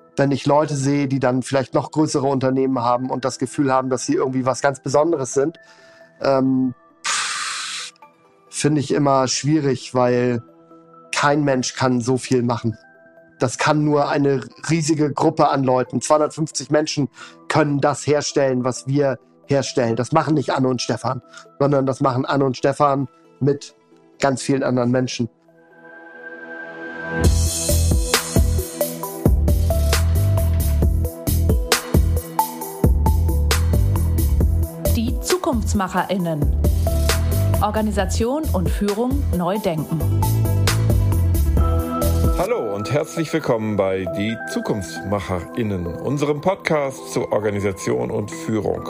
wenn ich Leute sehe, die dann vielleicht noch größere Unternehmen haben und das Gefühl haben, dass sie irgendwie was ganz Besonderes sind, finde ich immer schwierig, weil kein Mensch kann so viel machen. Das kann nur eine riesige Gruppe an Leuten. 250 Menschen können das herstellen, was wir herstellen. Das machen nicht Anne und Stefan, sondern das machen Anne und Stefan mit ganz vielen anderen Menschen. Die ZukunftsmacherInnen. Organisation und Führung neu denken. Hallo und herzlich willkommen bei Die ZukunftsmacherInnen, unserem Podcast zu Organisation und Führung.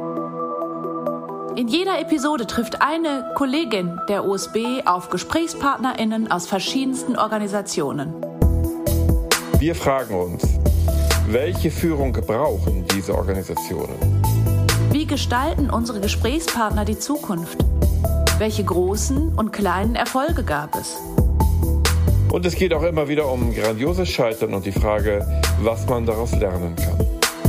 In jeder Episode trifft eine Kollegin der OSB auf GesprächspartnerInnen aus verschiedensten Organisationen. Wir fragen uns, welche Führung brauchen diese Organisationen? Wie gestalten unsere Gesprächspartner die Zukunft? Welche großen und kleinen Erfolge gab es? Und es geht auch immer wieder um grandioses Scheitern und die Frage, was man daraus lernen kann.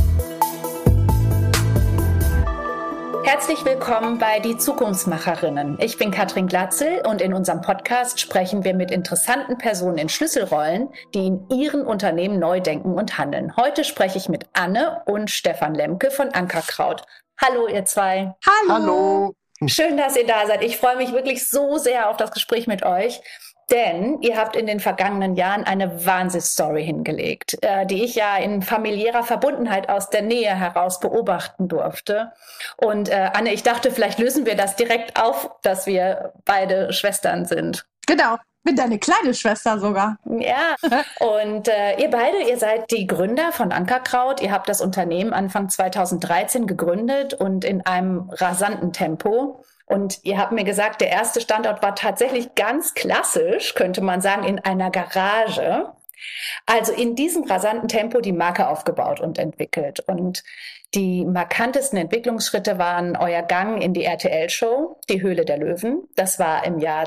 Herzlich willkommen bei Die Zukunftsmacherinnen. Ich bin Katrin Glatzel und in unserem Podcast sprechen wir mit interessanten Personen in Schlüsselrollen, die in ihren Unternehmen neu denken und handeln. Heute spreche ich mit Anne und Stefan Lemke von Ankerkraut. Hallo ihr zwei. Hallo. Schön, dass ihr da seid. Ich freue mich wirklich so sehr auf das Gespräch mit euch. Denn ihr habt in den vergangenen Jahren eine Wahnsinnsstory hingelegt, die ich ja in familiärer Verbundenheit aus der Nähe heraus beobachten durfte. Und Anne, ich dachte, vielleicht lösen wir das direkt auf, dass wir beide Schwestern sind. Genau, bin deine kleine Schwester sogar. Ja, und ihr seid die Gründer von Ankerkraut. Ihr habt das Unternehmen Anfang 2013 gegründet und in einem rasanten Tempo. Und ihr habt mir gesagt, der erste Standort war tatsächlich ganz klassisch, könnte man sagen, in einer Garage. Also in diesem rasanten Tempo die Marke aufgebaut und entwickelt. Und die markantesten Entwicklungsschritte waren euer Gang in die RTL-Show, Die Höhle der Löwen. Das war im Jahr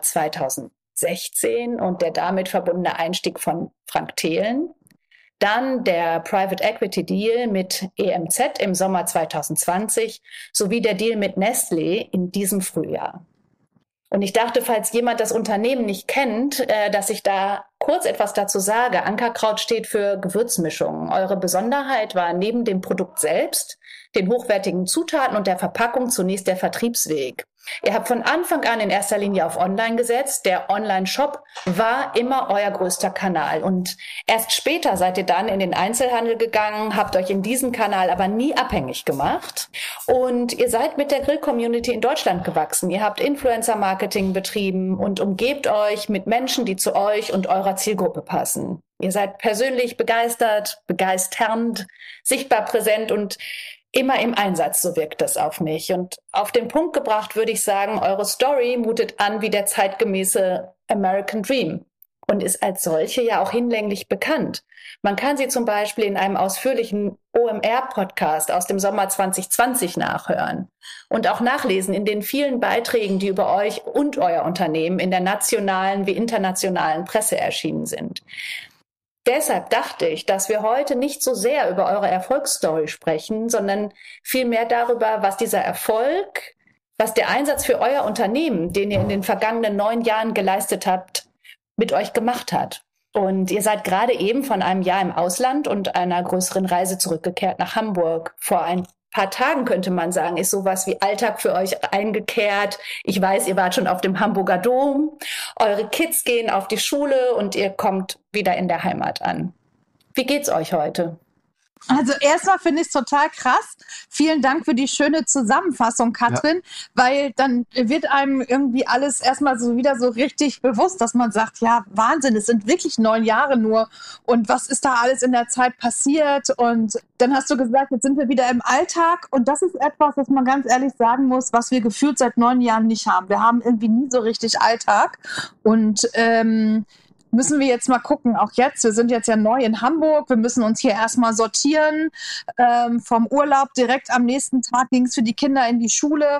2016 und der damit verbundene Einstieg von Frank Thelen. Dann der Private Equity Deal mit EMZ im Sommer 2020 sowie der Deal mit Nestlé in diesem Frühjahr. Und ich dachte, falls jemand das Unternehmen nicht kennt, dass ich da kurz etwas dazu sage. Ankerkraut steht für Gewürzmischungen. Eure Besonderheit war neben dem Produkt selbst, den hochwertigen Zutaten und der Verpackung zunächst der Vertriebsweg. Ihr habt von Anfang an in erster Linie auf Online gesetzt. Der Online-Shop war immer euer größter Kanal. Und erst später seid ihr dann in den Einzelhandel gegangen, habt euch in diesem Kanal aber nie abhängig gemacht. Und ihr seid mit der Grill-Community in Deutschland gewachsen. Ihr habt Influencer-Marketing betrieben und umgebt euch mit Menschen, die zu euch und eurer Zielgruppe passen. Ihr seid persönlich begeistert, begeisternd, sichtbar präsent und immer im Einsatz, so wirkt das auf mich. Und auf den Punkt gebracht würde ich sagen, eure Story mutet an wie der zeitgemäße American Dream und ist als solche ja auch hinlänglich bekannt. Man kann sie zum Beispiel in einem ausführlichen OMR-Podcast aus dem Sommer 2020 nachhören und auch nachlesen in den vielen Beiträgen, die über euch und euer Unternehmen in der nationalen wie internationalen Presse erschienen sind. Deshalb dachte ich, dass wir heute nicht so sehr über eure Erfolgsstory sprechen, sondern vielmehr darüber, was dieser Erfolg, was der Einsatz für euer Unternehmen, den ihr in den vergangenen 9 Jahren geleistet habt, mit euch gemacht hat. Und ihr seid gerade eben von einem Jahr im Ausland und einer größeren Reise zurückgekehrt nach Hamburg. Vor ein paar Tagen, könnte man sagen, ist sowas wie Alltag für euch eingekehrt. Ich weiß, ihr wart schon auf dem Hamburger Dom. Eure Kids gehen auf die Schule und ihr kommt wieder in der Heimat an. Wie geht's euch heute? Also erstmal finde ich es total krass. Vielen Dank für die schöne Zusammenfassung, Katrin, weil dann wird einem irgendwie alles erstmal so wieder so richtig bewusst, dass man sagt, ja, Wahnsinn, es sind wirklich 9 Jahre nur und was ist da alles in der Zeit passiert? Und dann hast du gesagt, jetzt sind wir wieder im Alltag und das ist etwas, was man ganz ehrlich sagen muss, was wir gefühlt seit 9 Jahren nicht haben. Wir haben irgendwie nie so richtig Alltag und müssen wir jetzt mal gucken, auch jetzt, wir sind jetzt ja neu in Hamburg, wir müssen uns hier erstmal sortieren, vom Urlaub direkt am nächsten Tag ging es für die Kinder in die Schule,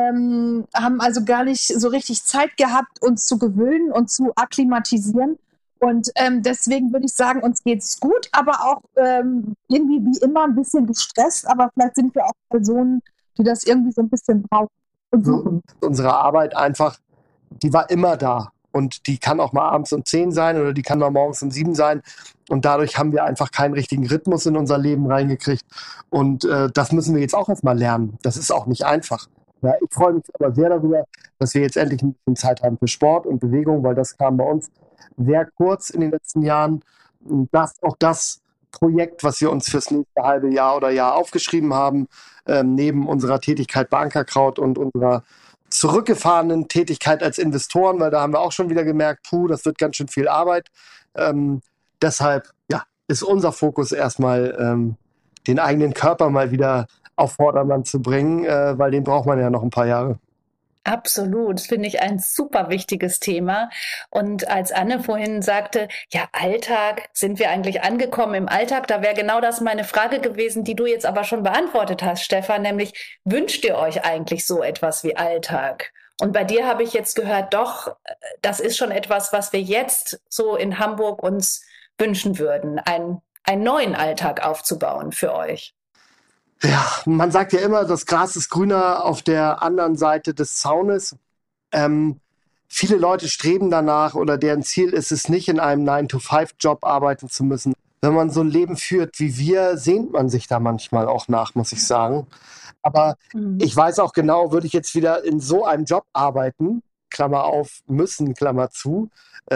haben also gar nicht so richtig Zeit gehabt, uns zu gewöhnen und zu akklimatisieren Und deswegen würde ich sagen, uns geht's gut, aber auch irgendwie wie immer ein bisschen gestresst, aber vielleicht sind wir auch Personen, die das irgendwie so ein bisschen brauchen und suchen. Unsere Arbeit einfach, die war immer da. Und die kann auch mal abends um 10 sein oder die kann mal morgens um 7 sein. Und dadurch haben wir einfach keinen richtigen Rhythmus in unser Leben reingekriegt. Und das müssen wir jetzt auch erstmal lernen. Das ist auch nicht einfach. Ja, ich freue mich aber sehr darüber, dass wir jetzt endlich ein bisschen Zeit haben für Sport und Bewegung, weil das kam bei uns sehr kurz in den letzten Jahren. Und auch das Projekt, was wir uns fürs nächste halbe Jahr oder Jahr aufgeschrieben haben, neben unserer Tätigkeit bei Ankerkraut und unserer zurückgefahrenen Tätigkeit als Investoren, weil da haben wir auch schon wieder gemerkt, das wird ganz schön viel Arbeit. Deshalb ist unser Fokus erstmal, den eigenen Körper mal wieder auf Vordermann zu bringen, weil den braucht man ja noch ein paar Jahre. Absolut, finde ich ein super wichtiges Thema. Und als Anne vorhin sagte, ja, Alltag, sind wir eigentlich angekommen im Alltag? Da wäre genau das meine Frage gewesen, die du jetzt aber schon beantwortet hast, Stefan, nämlich, wünscht ihr euch eigentlich so etwas wie Alltag? Und bei dir habe ich jetzt gehört, doch, das ist schon etwas, was wir jetzt so in Hamburg uns wünschen würden, einen neuen Alltag aufzubauen für euch. Ja, man sagt ja immer, das Gras ist grüner auf der anderen Seite des Zaunes. Viele Leute streben danach oder deren Ziel ist es nicht, in einem 9-to-5-Job arbeiten zu müssen. Wenn man so ein Leben führt wie wir, sehnt man sich da manchmal auch nach, muss ich sagen. Aber ich weiß auch genau, würde ich jetzt wieder in so einem Job arbeiten, Klammer auf, müssen, Klammer zu,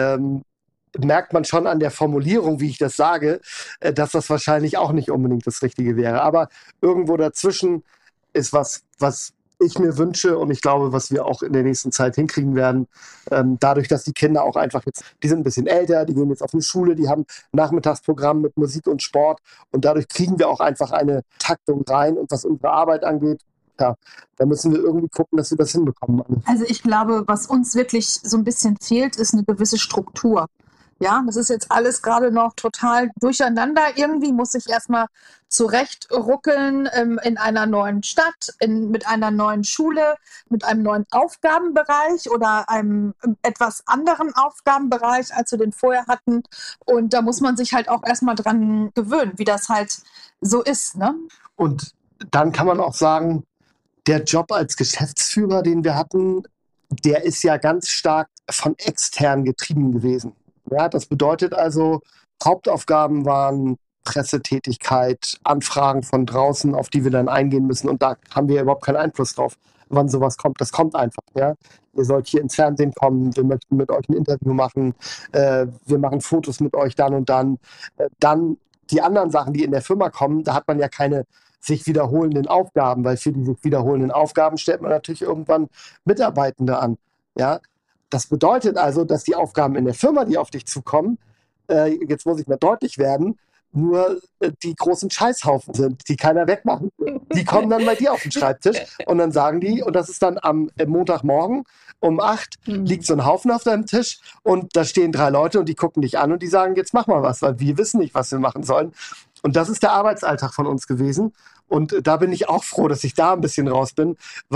merkt man schon an der Formulierung, wie ich das sage, dass das wahrscheinlich auch nicht unbedingt das Richtige wäre. Aber irgendwo dazwischen ist was ich mir wünsche und ich glaube, was wir auch in der nächsten Zeit hinkriegen werden. Dadurch, dass die Kinder auch einfach jetzt, die sind ein bisschen älter, die gehen jetzt auf eine Schule, die haben Nachmittagsprogramm mit Musik und Sport und dadurch kriegen wir auch einfach eine Taktung rein. Und was unsere Arbeit angeht, da müssen wir irgendwie gucken, dass wir das hinbekommen. Also ich glaube, was uns wirklich so ein bisschen fehlt, ist eine gewisse Struktur. Ja, das ist jetzt alles gerade noch total durcheinander. Irgendwie muss ich erstmal zurechtruckeln in einer neuen Stadt, mit einer neuen Schule, mit einem neuen Aufgabenbereich oder einem etwas anderen Aufgabenbereich, als wir den vorher hatten. Und da muss man sich halt auch erstmal dran gewöhnen, wie das halt so ist, ne? Und dann kann man auch sagen, der Job als Geschäftsführer, den wir hatten, der ist ja ganz stark von extern getrieben gewesen. Ja, das bedeutet also, Hauptaufgaben waren Pressetätigkeit, Anfragen von draußen, auf die wir dann eingehen müssen. Und da haben wir überhaupt keinen Einfluss drauf, wann sowas kommt. Das kommt einfach. Ja? Ihr sollt hier ins Fernsehen kommen, wir möchten mit euch ein Interview machen, wir machen Fotos mit euch dann und dann. Dann die anderen Sachen, die in der Firma kommen, da hat man ja keine sich wiederholenden Aufgaben, weil für die sich wiederholenden Aufgaben stellt man natürlich irgendwann Mitarbeitende an. Ja? Das bedeutet also, dass die Aufgaben in der Firma, die auf dich zukommen, jetzt muss ich mal deutlich werden, nur die großen Scheißhaufen sind, die keiner wegmachen will. Die kommen dann bei dir auf den Schreibtisch und dann sagen die, und das ist dann am Montagmorgen um 8, liegt so ein Haufen auf deinem Tisch und da stehen 3 Leute und die gucken dich an und die sagen, jetzt mach mal was, weil wir wissen nicht, was wir machen sollen. Und das ist der Arbeitsalltag von uns gewesen. Und da bin ich auch froh, dass ich da ein bisschen raus bin,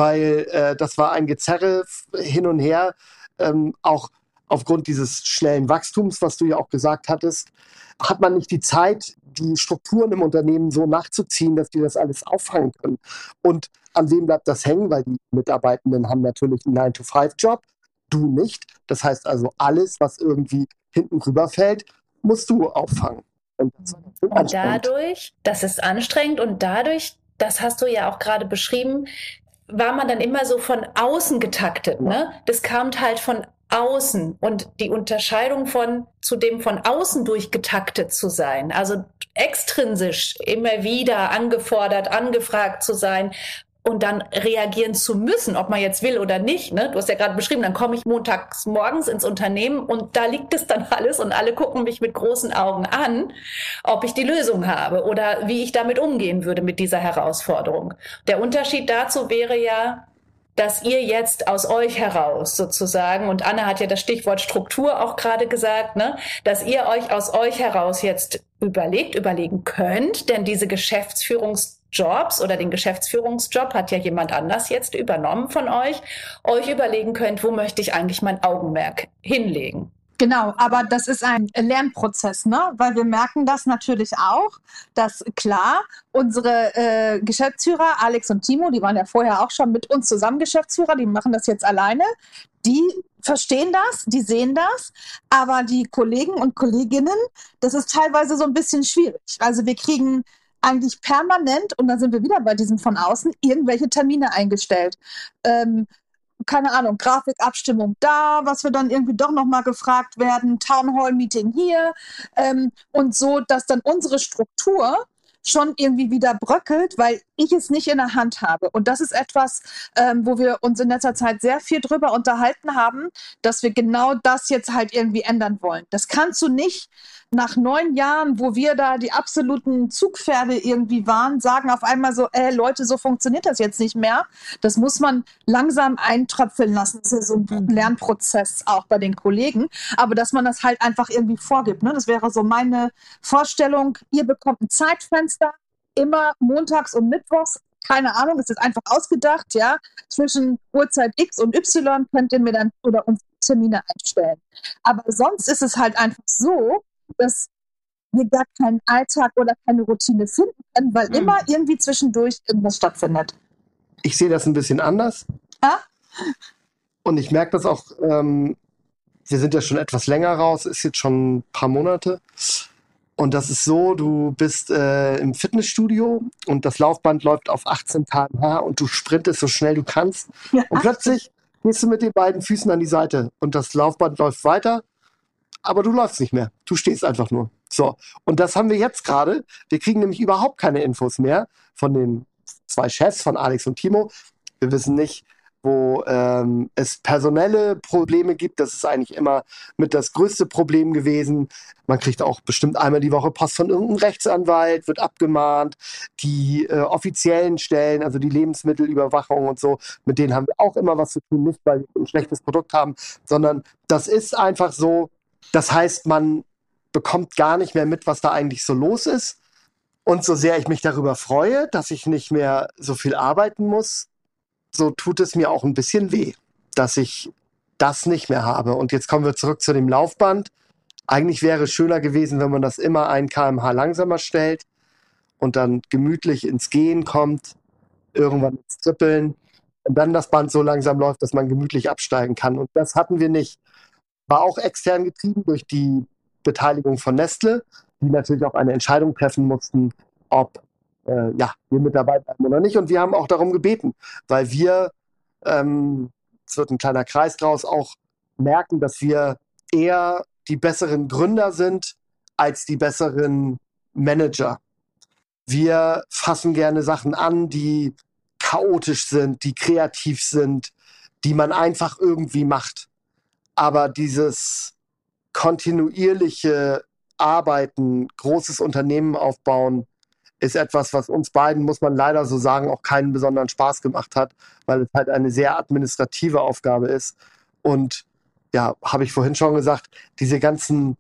weil das war ein Gezerre hin und her, auch aufgrund dieses schnellen Wachstums, was du ja auch gesagt hattest, hat man nicht die Zeit, die Strukturen im Unternehmen so nachzuziehen, dass die das alles auffangen können. Und an wem bleibt das hängen? Weil die Mitarbeitenden haben natürlich einen 9-to-5-Job, du nicht. Das heißt also, alles, was irgendwie hinten rüberfällt, musst du auffangen. Und dadurch, das ist anstrengend und dadurch, das hast du ja auch gerade beschrieben, war man dann immer so von außen getaktet, ne? Das kam halt von außen und die Unterscheidung zu dem von außen durchgetaktet zu sein, also extrinsisch immer wieder angefordert, angefragt zu sein und dann reagieren zu müssen, ob man jetzt will oder nicht, ne? Du hast ja gerade beschrieben, dann komme ich montags morgens ins Unternehmen und da liegt es dann alles und alle gucken mich mit großen Augen an, ob ich die Lösung habe oder wie ich damit umgehen würde mit dieser Herausforderung. Der Unterschied dazu wäre ja, dass ihr jetzt aus euch heraus sozusagen, und Anne hat ja das Stichwort Struktur auch gerade gesagt, ne, dass ihr euch aus euch heraus jetzt überlegen könnt, denn diese Geschäftsführungsjobs oder den Geschäftsführungsjob hat ja jemand anders jetzt übernommen von euch überlegen könnt, wo möchte ich eigentlich mein Augenmerk hinlegen. Genau, aber das ist ein Lernprozess, ne? Weil wir merken das natürlich auch, dass klar, unsere Geschäftsführer, Alex und Timo, die waren ja vorher auch schon mit uns zusammen Geschäftsführer, die machen das jetzt alleine, die verstehen das, die sehen das, aber die Kollegen und Kolleginnen, das ist teilweise so ein bisschen schwierig. Also wir kriegen eigentlich permanent, und dann sind wir wieder bei diesem von außen, irgendwelche Termine eingestellt. Keine Ahnung, Grafikabstimmung da, was wir dann irgendwie doch nochmal gefragt werden, Townhall-Meeting hier und so, dass dann unsere Struktur schon irgendwie wieder bröckelt, weil ich es nicht in der Hand habe. Und das ist etwas, wo wir uns in letzter Zeit sehr viel drüber unterhalten haben, dass wir genau das jetzt halt irgendwie ändern wollen. Das kannst du nicht nach 9 Jahren, wo wir da die absoluten Zugpferde irgendwie waren, sagen auf einmal so, Leute, so funktioniert das jetzt nicht mehr. Das muss man langsam eintröpfeln lassen. Das ist ja so ein Lernprozess auch bei den Kollegen. Aber dass man das halt einfach irgendwie vorgibt. Ne? Das wäre so meine Vorstellung. Ihr bekommt ein Zeitfenster, immer montags und mittwochs. Keine Ahnung, es ist einfach ausgedacht, ja. Zwischen Uhrzeit X und Y könnt ihr mir dann oder uns Termine einstellen. Aber sonst ist es halt einfach so, dass wir gar keinen Alltag oder keine Routine finden können, weil immer irgendwie zwischendurch irgendwas stattfindet. Ich sehe das ein bisschen anders. Ja? Und ich merke das auch, wir sind ja schon etwas länger raus, ist jetzt schon ein paar Monate. Und das ist so, du bist im Fitnessstudio und das Laufband läuft auf 18 km/h und du sprintest so schnell du kannst. Ja. Und plötzlich gehst du mit den beiden Füßen an die Seite und das Laufband läuft weiter, aber du läufst nicht mehr. Du stehst einfach nur. So. Und das haben wir jetzt gerade. Wir kriegen nämlich überhaupt keine Infos mehr von den 2 Chefs, von Alex und Timo. Wir wissen nicht, wo es personelle Probleme gibt. Das ist eigentlich immer mit das größte Problem gewesen. Man kriegt auch bestimmt einmal die Woche Post von irgendeinem Rechtsanwalt, wird abgemahnt. Die offiziellen Stellen, also die Lebensmittelüberwachung und so, mit denen haben wir auch immer was zu tun. Nicht, weil wir ein schlechtes Produkt haben, sondern das ist einfach so. Das heißt, man bekommt gar nicht mehr mit, was da eigentlich so los ist. Und so sehr ich mich darüber freue, dass ich nicht mehr so viel arbeiten muss, so tut es mir auch ein bisschen weh, dass ich das nicht mehr habe. Und jetzt kommen wir zurück zu dem Laufband. Eigentlich wäre es schöner gewesen, wenn man das immer 1 km/h langsamer stellt und dann gemütlich ins Gehen kommt, irgendwann ins Trippeln und dann das Band so langsam läuft, dass man gemütlich absteigen kann. Und das hatten wir nicht. War auch extern getrieben durch die Beteiligung von Nestle, die natürlich auch eine Entscheidung treffen mussten, ob wir mit dabei bleiben oder nicht. Und wir haben auch darum gebeten, weil wir, es wird ein kleiner Kreis draus, auch merken, dass wir eher die besseren Gründer sind als die besseren Manager. Wir fassen gerne Sachen an, die chaotisch sind, die kreativ sind, die man einfach irgendwie macht. Aber dieses kontinuierliche Arbeiten, großes Unternehmen aufbauen, ist etwas, was uns beiden, muss man leider so sagen, auch keinen besonderen Spaß gemacht hat, weil es halt eine sehr administrative Aufgabe ist. Und ja, habe ich vorhin schon gesagt, diese ganzen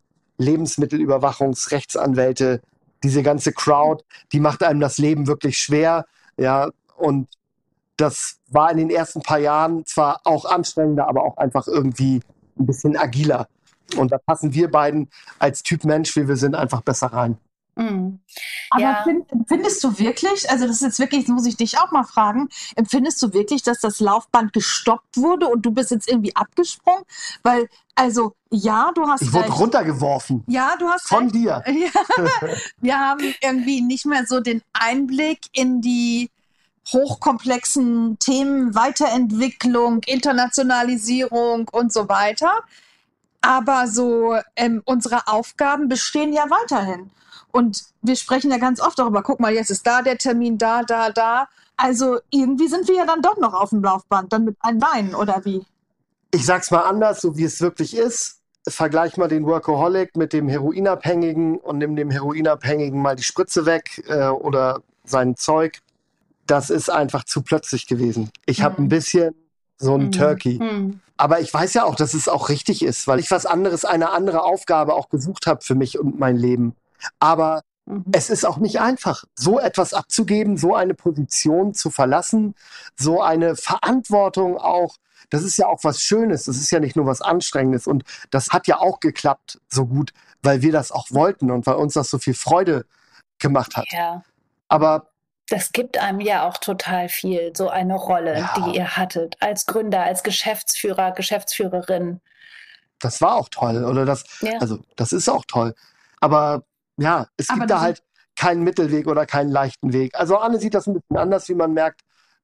Lebensmittelüberwachungsrechtsanwälte, diese ganze Crowd, die macht einem das Leben wirklich schwer. Ja, und das war in den ersten paar Jahren zwar auch anstrengender, aber auch einfach irgendwie ein bisschen agiler. Und da passen wir beiden als Typ Mensch, wie wir sind, einfach besser rein. Mhm. Aber empfindest du wirklich, also das ist jetzt wirklich, muss ich dich auch mal fragen, empfindest du wirklich, dass das Laufband gestoppt wurde und du bist jetzt irgendwie abgesprungen? Weil, also, ja, du hast Ich wurde runtergeworfen. Ja, du hast von dir. Ja. Wir haben irgendwie nicht mehr so den Einblick in die hochkomplexen Themen, Weiterentwicklung, Internationalisierung und so weiter. Aber so unsere Aufgaben bestehen ja weiterhin. Und wir sprechen ja ganz oft darüber, guck mal, jetzt ist da der Termin, da. Also irgendwie sind wir ja dann doch noch auf dem Laufband, dann mit einem Bein, oder wie? Ich sag's mal anders, so wie es wirklich ist. Vergleich mal den Workaholic mit dem Heroinabhängigen und nimm dem Heroinabhängigen mal die Spritze weg oder sein Zeug. Das ist einfach zu plötzlich gewesen. Ich habe ein bisschen so ein Turkey. Aber ich weiß ja auch, dass es auch richtig ist, weil ich eine andere Aufgabe auch gesucht habe für mich und mein Leben. Aber es ist auch nicht einfach, so etwas abzugeben, so eine Position zu verlassen, so eine Verantwortung auch das ist ja auch was Schönes. Das ist ja nicht nur was Anstrengendes. Und das hat ja auch geklappt so gut, weil wir das auch wollten und weil uns das so viel Freude gemacht hat. Ja. Aber das gibt einem ja auch total viel, so eine Rolle, die ihr hattet, als Gründer, als Geschäftsführer, Geschäftsführerin. das war auch toll. Oder also das ist auch toll. Aber ja, es gibt da halt keinen Mittelweg oder keinen leichten Weg. Also Anne sieht das ein bisschen anders, wie man merkt.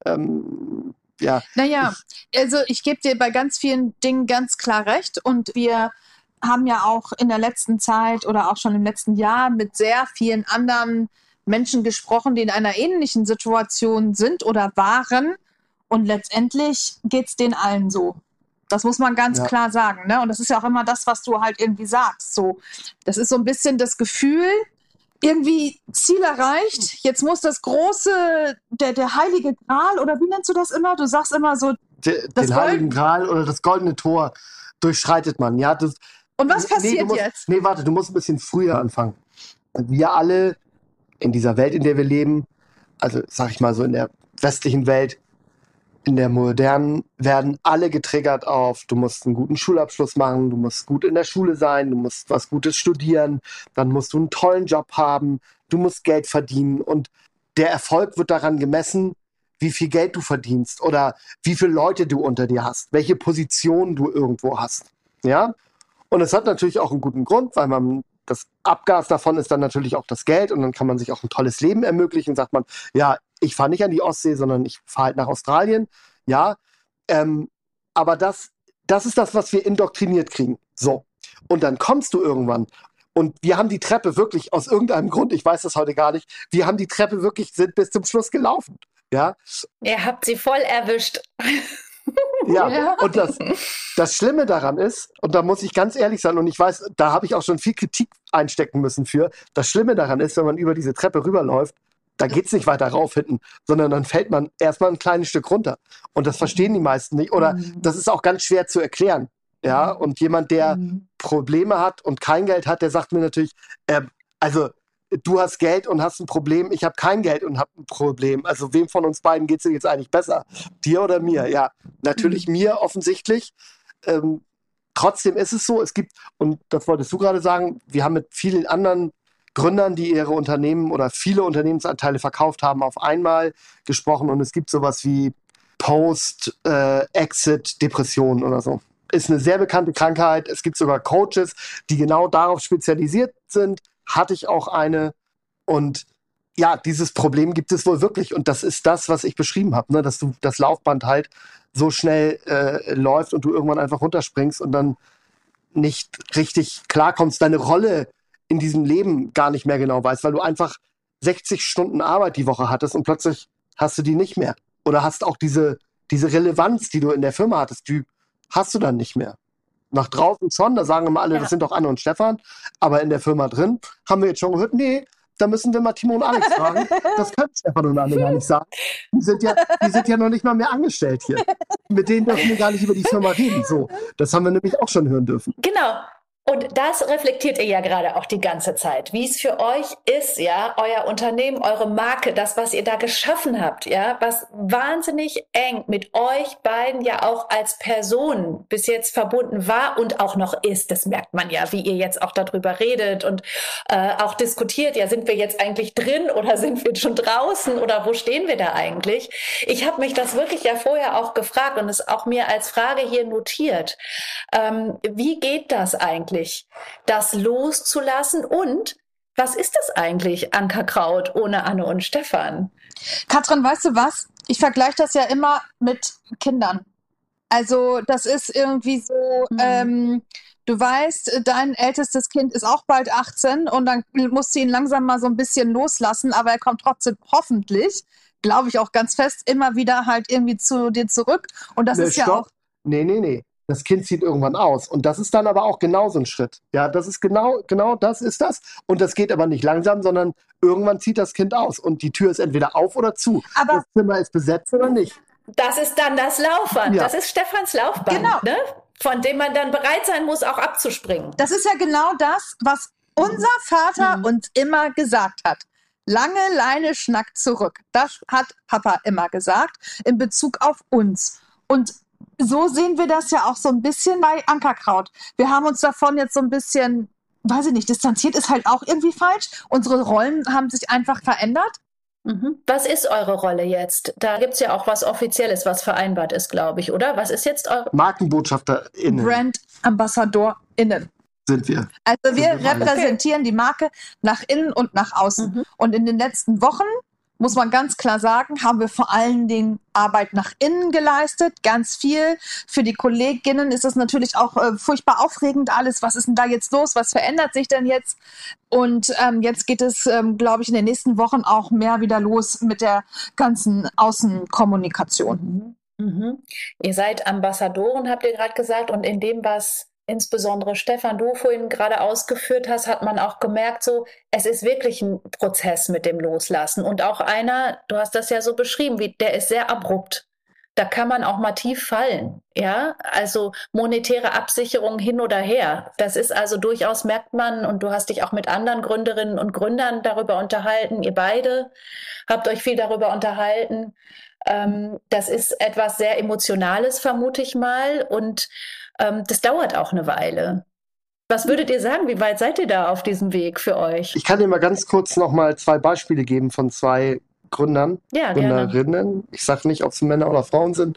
Naja, also ich gebe dir bei ganz vielen Dingen ganz klar recht. Und wir haben ja auch in der letzten Zeit oder auch schon im letzten Jahr mit sehr vielen anderen Menschen gesprochen, die in einer ähnlichen Situation sind oder waren. Und letztendlich geht es denen allen so. Das muss man ganz klar sagen. Ne? Und das ist ja auch immer das, was du halt irgendwie sagst. So, das ist so ein bisschen das Gefühl, irgendwie Ziel erreicht. Jetzt muss das große, der heilige Gral, oder wie nennst du das immer? Du sagst immer so, den heiligen Gral oder das goldene Tor durchschreitet man. Ja, und was passiert jetzt? Nee, warte, du musst ein bisschen früher anfangen. Wir alle in dieser Welt, in der wir leben, also sag ich mal so in der westlichen Welt, in der modernen, werden alle getriggert auf, du musst einen guten Schulabschluss machen, du musst gut in der Schule sein, du musst was Gutes studieren, dann musst du einen tollen Job haben, du musst Geld verdienen und der Erfolg wird daran gemessen, wie viel Geld du verdienst oder wie viele Leute du unter dir hast, welche Position du irgendwo hast. Ja? Und es hat natürlich auch einen guten Grund, weil das Abgas davon ist dann natürlich auch das Geld und dann kann man sich auch ein tolles Leben ermöglichen. Sagt man, ja, ich fahre nicht an die Ostsee, sondern ich fahre halt nach Australien. Ja, aber das ist das, was wir indoktriniert kriegen. So. Und dann kommst du irgendwann. Und wir haben die Treppe wirklich aus irgendeinem Grund, ich weiß das heute gar nicht, wir haben die Treppe wirklich, sind bis zum Schluss gelaufen. Ja. Ihr habt sie voll erwischt. Ja, und das Schlimme daran ist, und da muss ich ganz ehrlich sein, und ich weiß, da habe ich auch schon viel Kritik einstecken müssen für, das Schlimme daran ist, wenn man über diese Treppe rüberläuft, da geht's nicht weiter rauf hinten, sondern dann fällt man erstmal ein kleines Stück runter. Und das verstehen die meisten nicht. Oder das ist auch ganz schwer zu erklären. Ja, und jemand, der Probleme hat und kein Geld hat, der sagt mir natürlich, also du hast Geld und hast ein Problem, ich habe kein Geld und habe ein Problem. Also wem von uns beiden geht's denn jetzt eigentlich besser? Dir oder mir? Ja, natürlich mir offensichtlich. Trotzdem ist es so, es gibt, und das wolltest du gerade sagen, wir haben mit vielen anderen Gründern, die ihre Unternehmen oder viele Unternehmensanteile verkauft haben, auf einmal gesprochen und es gibt sowas wie Post-Exit-Depression oder so. Ist eine sehr bekannte Krankheit. Es gibt sogar Coaches, die genau darauf spezialisiert sind. Hatte ich auch eine. Und ja, dieses Problem gibt es wohl wirklich. Und das ist das, was ich beschrieben habe, ne? Dass du das Laufband halt so schnell läuft und du irgendwann einfach runterspringst und dann nicht richtig klarkommst, deine Rolle in diesem Leben gar nicht mehr genau weißt, weil du einfach 60 Stunden Arbeit die Woche hattest und plötzlich hast du die nicht mehr. Oder hast auch diese Relevanz, die du in der Firma hattest, die hast du dann nicht mehr. Nach draußen schon, da sagen immer alle, das sind doch Anne und Stefan, aber in der Firma drin haben wir jetzt schon gehört, nee, da müssen wir mal Timo und Alex fragen. Das können Stefan und Anne gar nicht sagen. Die sind ja noch nicht mal mehr angestellt hier. Mit denen dürfen wir gar nicht über die Firma reden. So, das haben wir nämlich auch schon hören dürfen. Genau. Und das reflektiert ihr ja gerade auch die ganze Zeit, wie es für euch ist, ja, euer Unternehmen, eure Marke, das, was ihr da geschaffen habt, ja, was wahnsinnig eng mit euch beiden ja auch als Personen bis jetzt verbunden war und auch noch ist. Das merkt man ja, wie ihr jetzt auch darüber redet und auch diskutiert. Ja, sind wir jetzt eigentlich drin oder sind wir schon draußen oder wo stehen wir da eigentlich? Ich habe mich das wirklich ja vorher auch gefragt und es auch mir als Frage hier notiert. Wie geht das eigentlich? Das loszulassen und was ist das eigentlich, Ankerkraut ohne Anne und Stefan? Katrin, weißt du was? Ich vergleiche das ja immer mit Kindern. Also das ist irgendwie so, du weißt, dein ältestes Kind ist auch bald 18 und dann musst du ihn langsam mal so ein bisschen loslassen, aber er kommt trotzdem hoffentlich, glaube ich auch ganz fest, immer wieder halt irgendwie zu dir zurück. Und das ist ja auch... Nee. Das Kind zieht irgendwann aus. Und das ist dann aber auch genauso ein Schritt. Ja, das ist genau das ist das. Und das geht aber nicht langsam, sondern irgendwann zieht das Kind aus. Und die Tür ist entweder auf oder zu. Aber das Zimmer ist besetzt oder nicht. Das ist dann das Laufband. Ja. Das ist Stefans Laufband, genau. Ne? Von dem man dann bereit sein muss, auch abzuspringen. Das ist ja genau das, was unser Vater uns immer gesagt hat. Lange Leine schnackt zurück. Das hat Papa immer gesagt in Bezug auf uns. Und so sehen wir das ja auch so ein bisschen bei Ankerkraut. Wir haben uns davon jetzt so ein bisschen, weiß ich nicht, distanziert ist halt auch irgendwie falsch. Unsere Rollen haben sich einfach verändert. Was ist eure Rolle jetzt? Da gibt es ja auch was Offizielles, was vereinbart ist, glaube ich, oder? Was ist jetzt eure MarkenbotschafterInnen. BrandambassadorInnen. Sind wir. Also wir repräsentieren die Marke nach innen und nach außen. Und in den letzten Wochen, muss man ganz klar sagen, haben wir vor allen Dingen Arbeit nach innen geleistet, ganz viel. Für die Kolleginnen ist das natürlich auch furchtbar aufregend alles. Was ist denn da jetzt los? Was verändert sich denn jetzt? Und jetzt geht es, glaube ich, in den nächsten Wochen auch mehr wieder los mit der ganzen Außenkommunikation. Ihr seid Ambassadoren, habt ihr gerade gesagt, und in dem, was insbesondere Stefan, du vorhin gerade ausgeführt hast, hat man auch gemerkt, so, es ist wirklich ein Prozess mit dem Loslassen. Und auch einer, du hast das ja so beschrieben, der ist sehr abrupt. Da kann man auch mal tief fallen, ja? Also monetäre Absicherung hin oder her. Das ist also durchaus, merkt man, und du hast dich auch mit anderen Gründerinnen und Gründern darüber unterhalten. Ihr beide habt euch viel darüber unterhalten. Das ist etwas sehr Emotionales, vermute ich mal. Und das dauert auch eine Weile. Was würdet ihr sagen? Wie weit seid ihr da auf diesem Weg für euch? Ich kann dir mal ganz kurz noch mal 2 Beispiele geben von 2 Gründern, Gründerinnen. Gerne. Ich sage nicht, ob es Männer oder Frauen sind.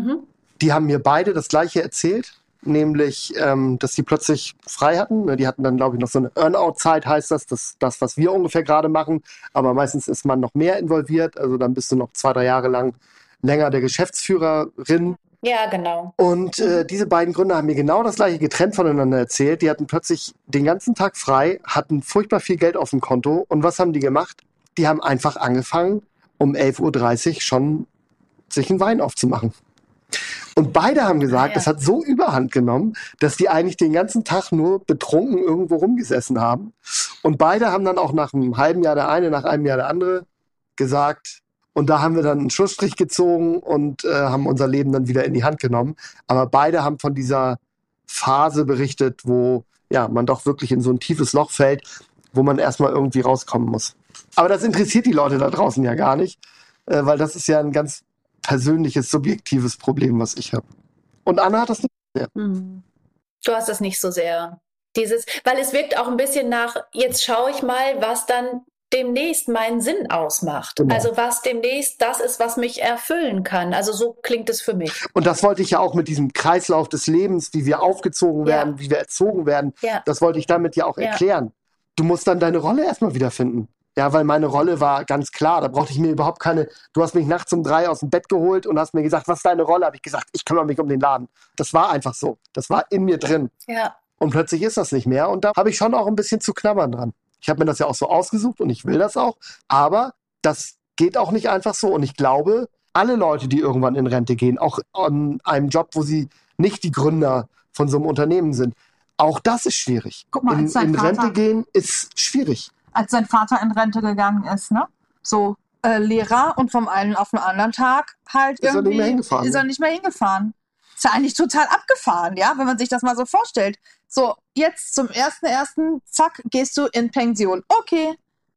Die haben mir beide das Gleiche erzählt, nämlich, dass sie plötzlich frei hatten. Die hatten dann, glaube ich, noch so eine Earn-out-Zeit, heißt das, was wir ungefähr gerade machen. Aber meistens ist man noch mehr involviert. Also dann bist du noch 2, 3 Jahre lang länger der Geschäftsführerin. Ja, genau. Und diese beiden Gründer haben mir genau das Gleiche getrennt voneinander erzählt. Die hatten plötzlich den ganzen Tag frei, hatten furchtbar viel Geld auf dem Konto. Und was haben die gemacht? Die haben einfach angefangen, um 11:30 Uhr schon sich einen Wein aufzumachen. Und beide haben gesagt, das hat so Überhand genommen, dass die eigentlich den ganzen Tag nur betrunken irgendwo rumgesessen haben. Und beide haben dann auch nach einem halben Jahr der eine, nach einem Jahr der andere gesagt, und da haben wir dann einen Schlussstrich gezogen und haben unser Leben dann wieder in die Hand genommen. Aber beide haben von dieser Phase berichtet, wo man doch wirklich in so ein tiefes Loch fällt, wo man erstmal irgendwie rauskommen muss. Aber das interessiert die Leute da draußen ja gar nicht, weil das ist ja ein ganz persönliches, subjektives Problem, was ich habe. Und Anna hat das nicht so sehr. Du hast das nicht so sehr. Weil es wirkt auch ein bisschen nach, jetzt schaue ich mal, was dann demnächst meinen Sinn ausmacht. Genau. Also was demnächst das ist, was mich erfüllen kann. Also so klingt es für mich. Und das wollte ich ja auch mit diesem Kreislauf des Lebens, wie wir aufgezogen werden, wie wir erzogen werden, das wollte ich damit ja auch erklären. Du musst dann deine Rolle erstmal wiederfinden. Ja, weil meine Rolle war ganz klar, da brauchte ich mir überhaupt keine, du hast mich nachts um 3 aus dem Bett geholt und hast mir gesagt, was ist deine Rolle? Habe ich gesagt, ich kümmere mich um den Laden. Das war einfach so. Das war in mir drin. Ja. Und plötzlich ist das nicht mehr und da habe ich schon auch ein bisschen zu knabbern dran. Ich habe mir das ja auch so ausgesucht und ich will das auch, aber das geht auch nicht einfach so und ich glaube, alle Leute, die irgendwann in Rente gehen, auch an einem Job, wo sie nicht die Gründer von so einem Unternehmen sind, auch das ist schwierig. Guck mal, in Rente gehen ist schwierig. Als sein Vater in Rente gegangen ist, ne? So Lehrer und vom einen auf den anderen Tag halt ist irgendwie ist er nicht mehr hingefahren. Ist ja eigentlich total abgefahren, ja, wenn man sich das mal so vorstellt. So, jetzt zum 1.1., zack, gehst du in Pension. Okay.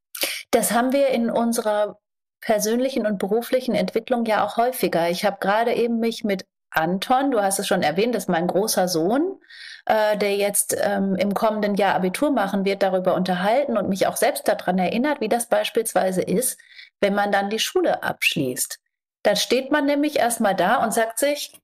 Das haben wir in unserer persönlichen und beruflichen Entwicklung ja auch häufiger. Ich habe gerade eben mich mit Anton, du hast es schon erwähnt, das ist mein großer Sohn, der jetzt im kommenden Jahr Abitur machen wird, darüber unterhalten und mich auch selbst daran erinnert, wie das beispielsweise ist, wenn man dann die Schule abschließt. Dann steht man nämlich erstmal da und sagt sich,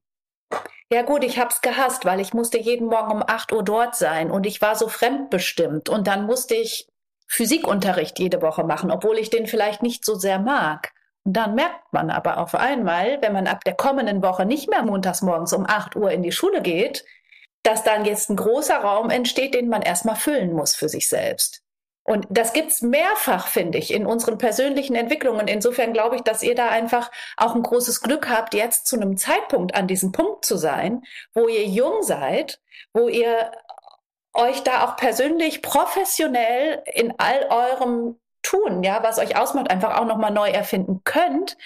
ja gut, ich hab's gehasst, weil ich musste jeden Morgen um 8 Uhr dort sein und ich war so fremdbestimmt und dann musste ich Physikunterricht jede Woche machen, obwohl ich den vielleicht nicht so sehr mag. Und dann merkt man aber auf einmal, wenn man ab der kommenden Woche nicht mehr montags morgens um 8 Uhr in die Schule geht, dass dann jetzt ein großer Raum entsteht, den man erstmal füllen muss für sich selbst. Und das gibt's mehrfach, finde ich, in unseren persönlichen Entwicklungen. Insofern glaube ich, dass ihr da einfach auch ein großes Glück habt, jetzt zu einem Zeitpunkt an diesem Punkt zu sein, wo ihr jung seid, wo ihr euch da auch persönlich, professionell in all eurem Tun, ja, was euch ausmacht, einfach auch nochmal neu erfinden könnt.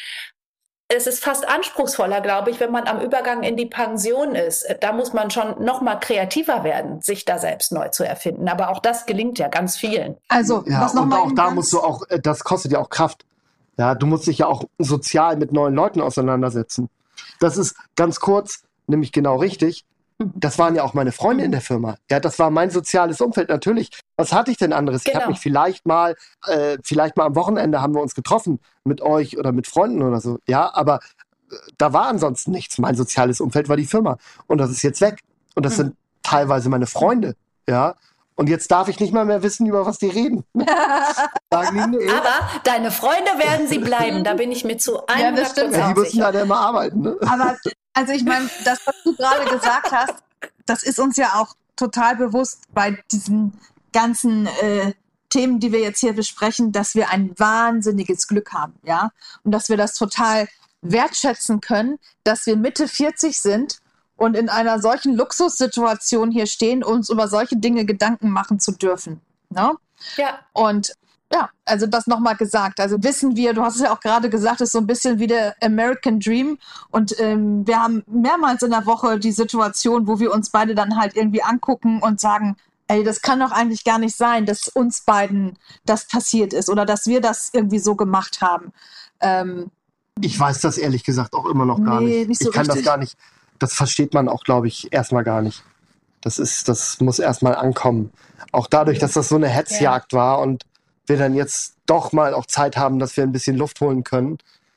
Es ist fast anspruchsvoller, glaube ich, wenn man am Übergang in die Pension ist. Da muss man schon noch mal kreativer werden, sich da selbst neu zu erfinden. Aber auch das gelingt ja ganz vielen. Also, ja, was noch und mal auch da musst du auch, das kostet ja auch Kraft. Ja, du musst dich ja auch sozial mit neuen Leuten auseinandersetzen. Das ist ganz kurz, nämlich genau richtig. Das waren ja auch meine Freunde in der Firma. Ja, das war mein soziales Umfeld. Natürlich. Was hatte ich denn anderes? Genau. Ich habe mich vielleicht mal am Wochenende haben wir uns getroffen mit euch oder mit Freunden oder so. Ja, aber da war ansonsten nichts. Mein soziales Umfeld war die Firma. Und das ist jetzt weg. Und das sind teilweise meine Freunde. Ja. Und jetzt darf ich nicht mal mehr wissen, über was die reden. Sagen die, nee. Aber deine Freunde werden sie bleiben. Da bin ich mir zu 100% Ja, die müssen sicher. da immer arbeiten. Ne? Aber also ich meine, das, was du gerade gesagt hast, das ist uns ja auch total bewusst bei diesen ganzen Themen, die wir jetzt hier besprechen, dass wir ein wahnsinniges Glück haben, ja, und dass wir das total wertschätzen können, dass wir Mitte 40 sind und in einer solchen Luxussituation hier stehen, uns über solche Dinge Gedanken machen zu dürfen, ne? Ja. Und ja, also das nochmal gesagt. Also wissen wir, du hast es ja auch gerade gesagt, ist so ein bisschen wie der American Dream. Und wir haben mehrmals in der Woche die Situation, wo wir uns beide dann halt irgendwie angucken und sagen, ey, das kann doch eigentlich gar nicht sein, dass uns beiden das passiert ist oder dass wir das irgendwie so gemacht haben. Ich weiß das ehrlich gesagt auch immer noch gar nicht. Nicht so Ich kann richtig. das gar nicht. Das versteht man auch, glaube ich, erstmal gar nicht. Das muss erstmal ankommen. Auch dadurch, dass das so eine Hetzjagd war und wir dann jetzt doch mal auch Zeit haben, dass wir ein bisschen Luft holen können.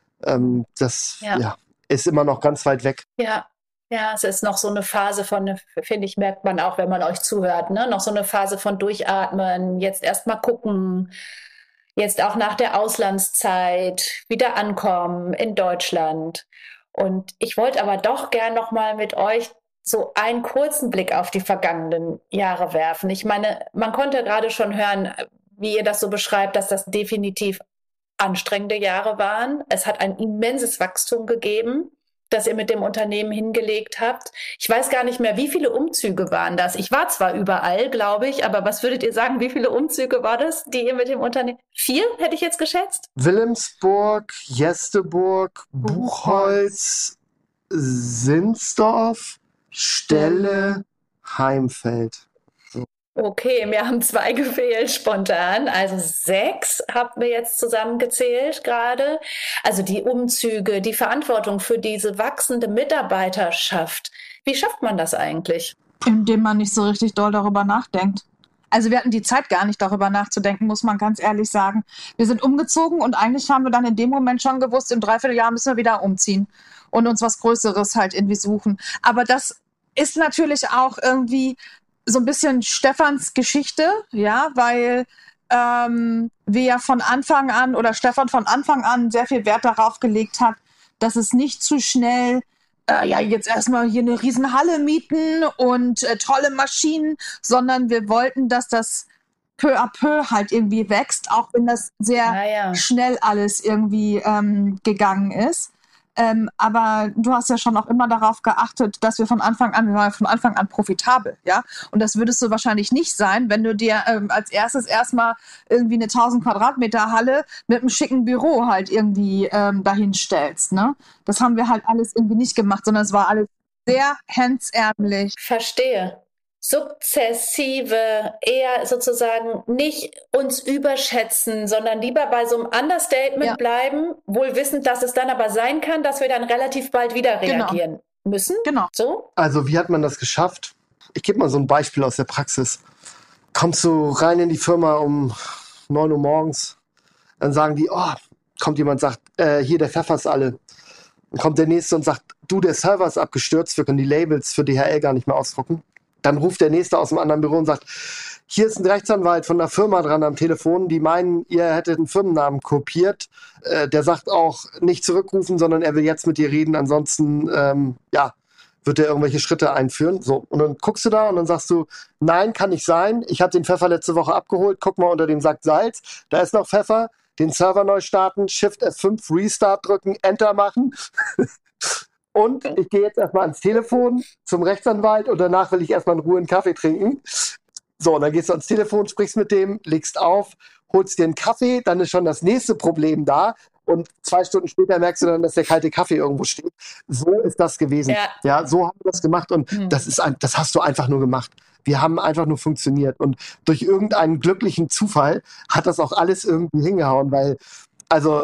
Das ist immer noch ganz weit weg. Ja. Ja, es ist noch so eine Phase von, finde ich, merkt man auch, wenn man euch zuhört, ne? Noch so eine Phase von Durchatmen, jetzt erstmal gucken, jetzt auch nach der Auslandszeit wieder ankommen in Deutschland. Und ich wollte aber doch gern noch mal mit euch so einen kurzen Blick auf die vergangenen Jahre werfen. Ich meine, man konnte gerade schon hören, wie ihr das so beschreibt, dass das definitiv anstrengende Jahre waren. Es hat ein immenses Wachstum gegeben, das ihr mit dem Unternehmen hingelegt habt. Ich weiß gar nicht mehr, wie viele Umzüge waren das? Ich war zwar überall, glaube ich, aber was würdet ihr sagen, wie viele Umzüge war das, die ihr mit dem Unternehmen... 4, hätte ich jetzt geschätzt? Wilhelmsburg, Jesteburg, Buchholz, Sinsdorf, Stelle, Heimfeld. Okay, mir haben 2 gefehlt spontan, also 6 haben wir jetzt zusammengezählt gerade. Also die Umzüge, die Verantwortung für diese wachsende Mitarbeiterschaft. Wie schafft man das eigentlich? Indem man nicht so richtig doll darüber nachdenkt. Also wir hatten die Zeit gar nicht darüber nachzudenken, muss man ganz ehrlich sagen. Wir sind umgezogen und eigentlich haben wir dann in dem Moment schon gewusst, im Dreivierteljahr müssen wir wieder umziehen und uns was Größeres halt irgendwie suchen. Aber das ist natürlich auch irgendwie so ein bisschen Stefans Geschichte, ja, weil wir ja von Anfang an oder Stefan von Anfang an sehr viel Wert darauf gelegt hat, dass es nicht zu schnell jetzt erstmal hier eine Riesenhalle mieten und tolle Maschinen, sondern wir wollten, dass das peu à peu halt irgendwie wächst, auch wenn das sehr schnell alles irgendwie gegangen ist. Aber du hast ja schon auch immer darauf geachtet, dass wir waren ja von Anfang an profitabel, ja. Und das würdest du wahrscheinlich nicht sein, wenn du dir als erstes erstmal irgendwie eine 1000 Quadratmeter Halle mit einem schicken Büro halt irgendwie dahin stellst, ne? Das haben wir halt alles irgendwie nicht gemacht, sondern es war alles sehr hemdsärmlich. Verstehe. Sukzessive, eher sozusagen nicht uns überschätzen, sondern lieber bei so einem Understatement bleiben, wohl wissend, dass es dann aber sein kann, dass wir dann relativ bald wieder reagieren müssen. Genau. So? Also wie hat man das geschafft? Ich gebe mal so ein Beispiel aus der Praxis. Kommst du rein in die Firma um 9 Uhr morgens, dann sagen die, kommt jemand und sagt, hier, der Pfeffer ist alle. Dann kommt der Nächste und sagt, du, der Server ist abgestürzt, wir können die Labels für DHL gar nicht mehr ausdrucken. Dann ruft der Nächste aus dem anderen Büro und sagt, hier ist ein Rechtsanwalt von der Firma dran am Telefon, die meinen, ihr hättet einen Firmennamen kopiert. Der sagt auch, nicht zurückrufen, sondern er will jetzt mit dir reden, ansonsten, wird er irgendwelche Schritte einführen. So. Und dann guckst du da und dann sagst du, nein, kann nicht sein. Ich habe den Pfeffer letzte Woche abgeholt. Guck mal unter dem Sack Salz. Da ist noch Pfeffer. Den Server neu starten, Shift F5, Restart drücken, Enter machen. Und ich gehe jetzt erstmal ans Telefon zum Rechtsanwalt und danach will ich erstmal in Ruhe einen Kaffee trinken. So, und dann gehst du ans Telefon, sprichst mit dem, legst auf, holst dir einen Kaffee, dann ist schon das nächste Problem da. Und 2 Stunden später merkst du dann, dass der kalte Kaffee irgendwo steht. So ist das gewesen. Ja, so haben wir das gemacht und das hast du einfach nur gemacht. Wir haben einfach nur funktioniert und durch irgendeinen glücklichen Zufall hat das auch alles irgendwie hingehauen, weil, also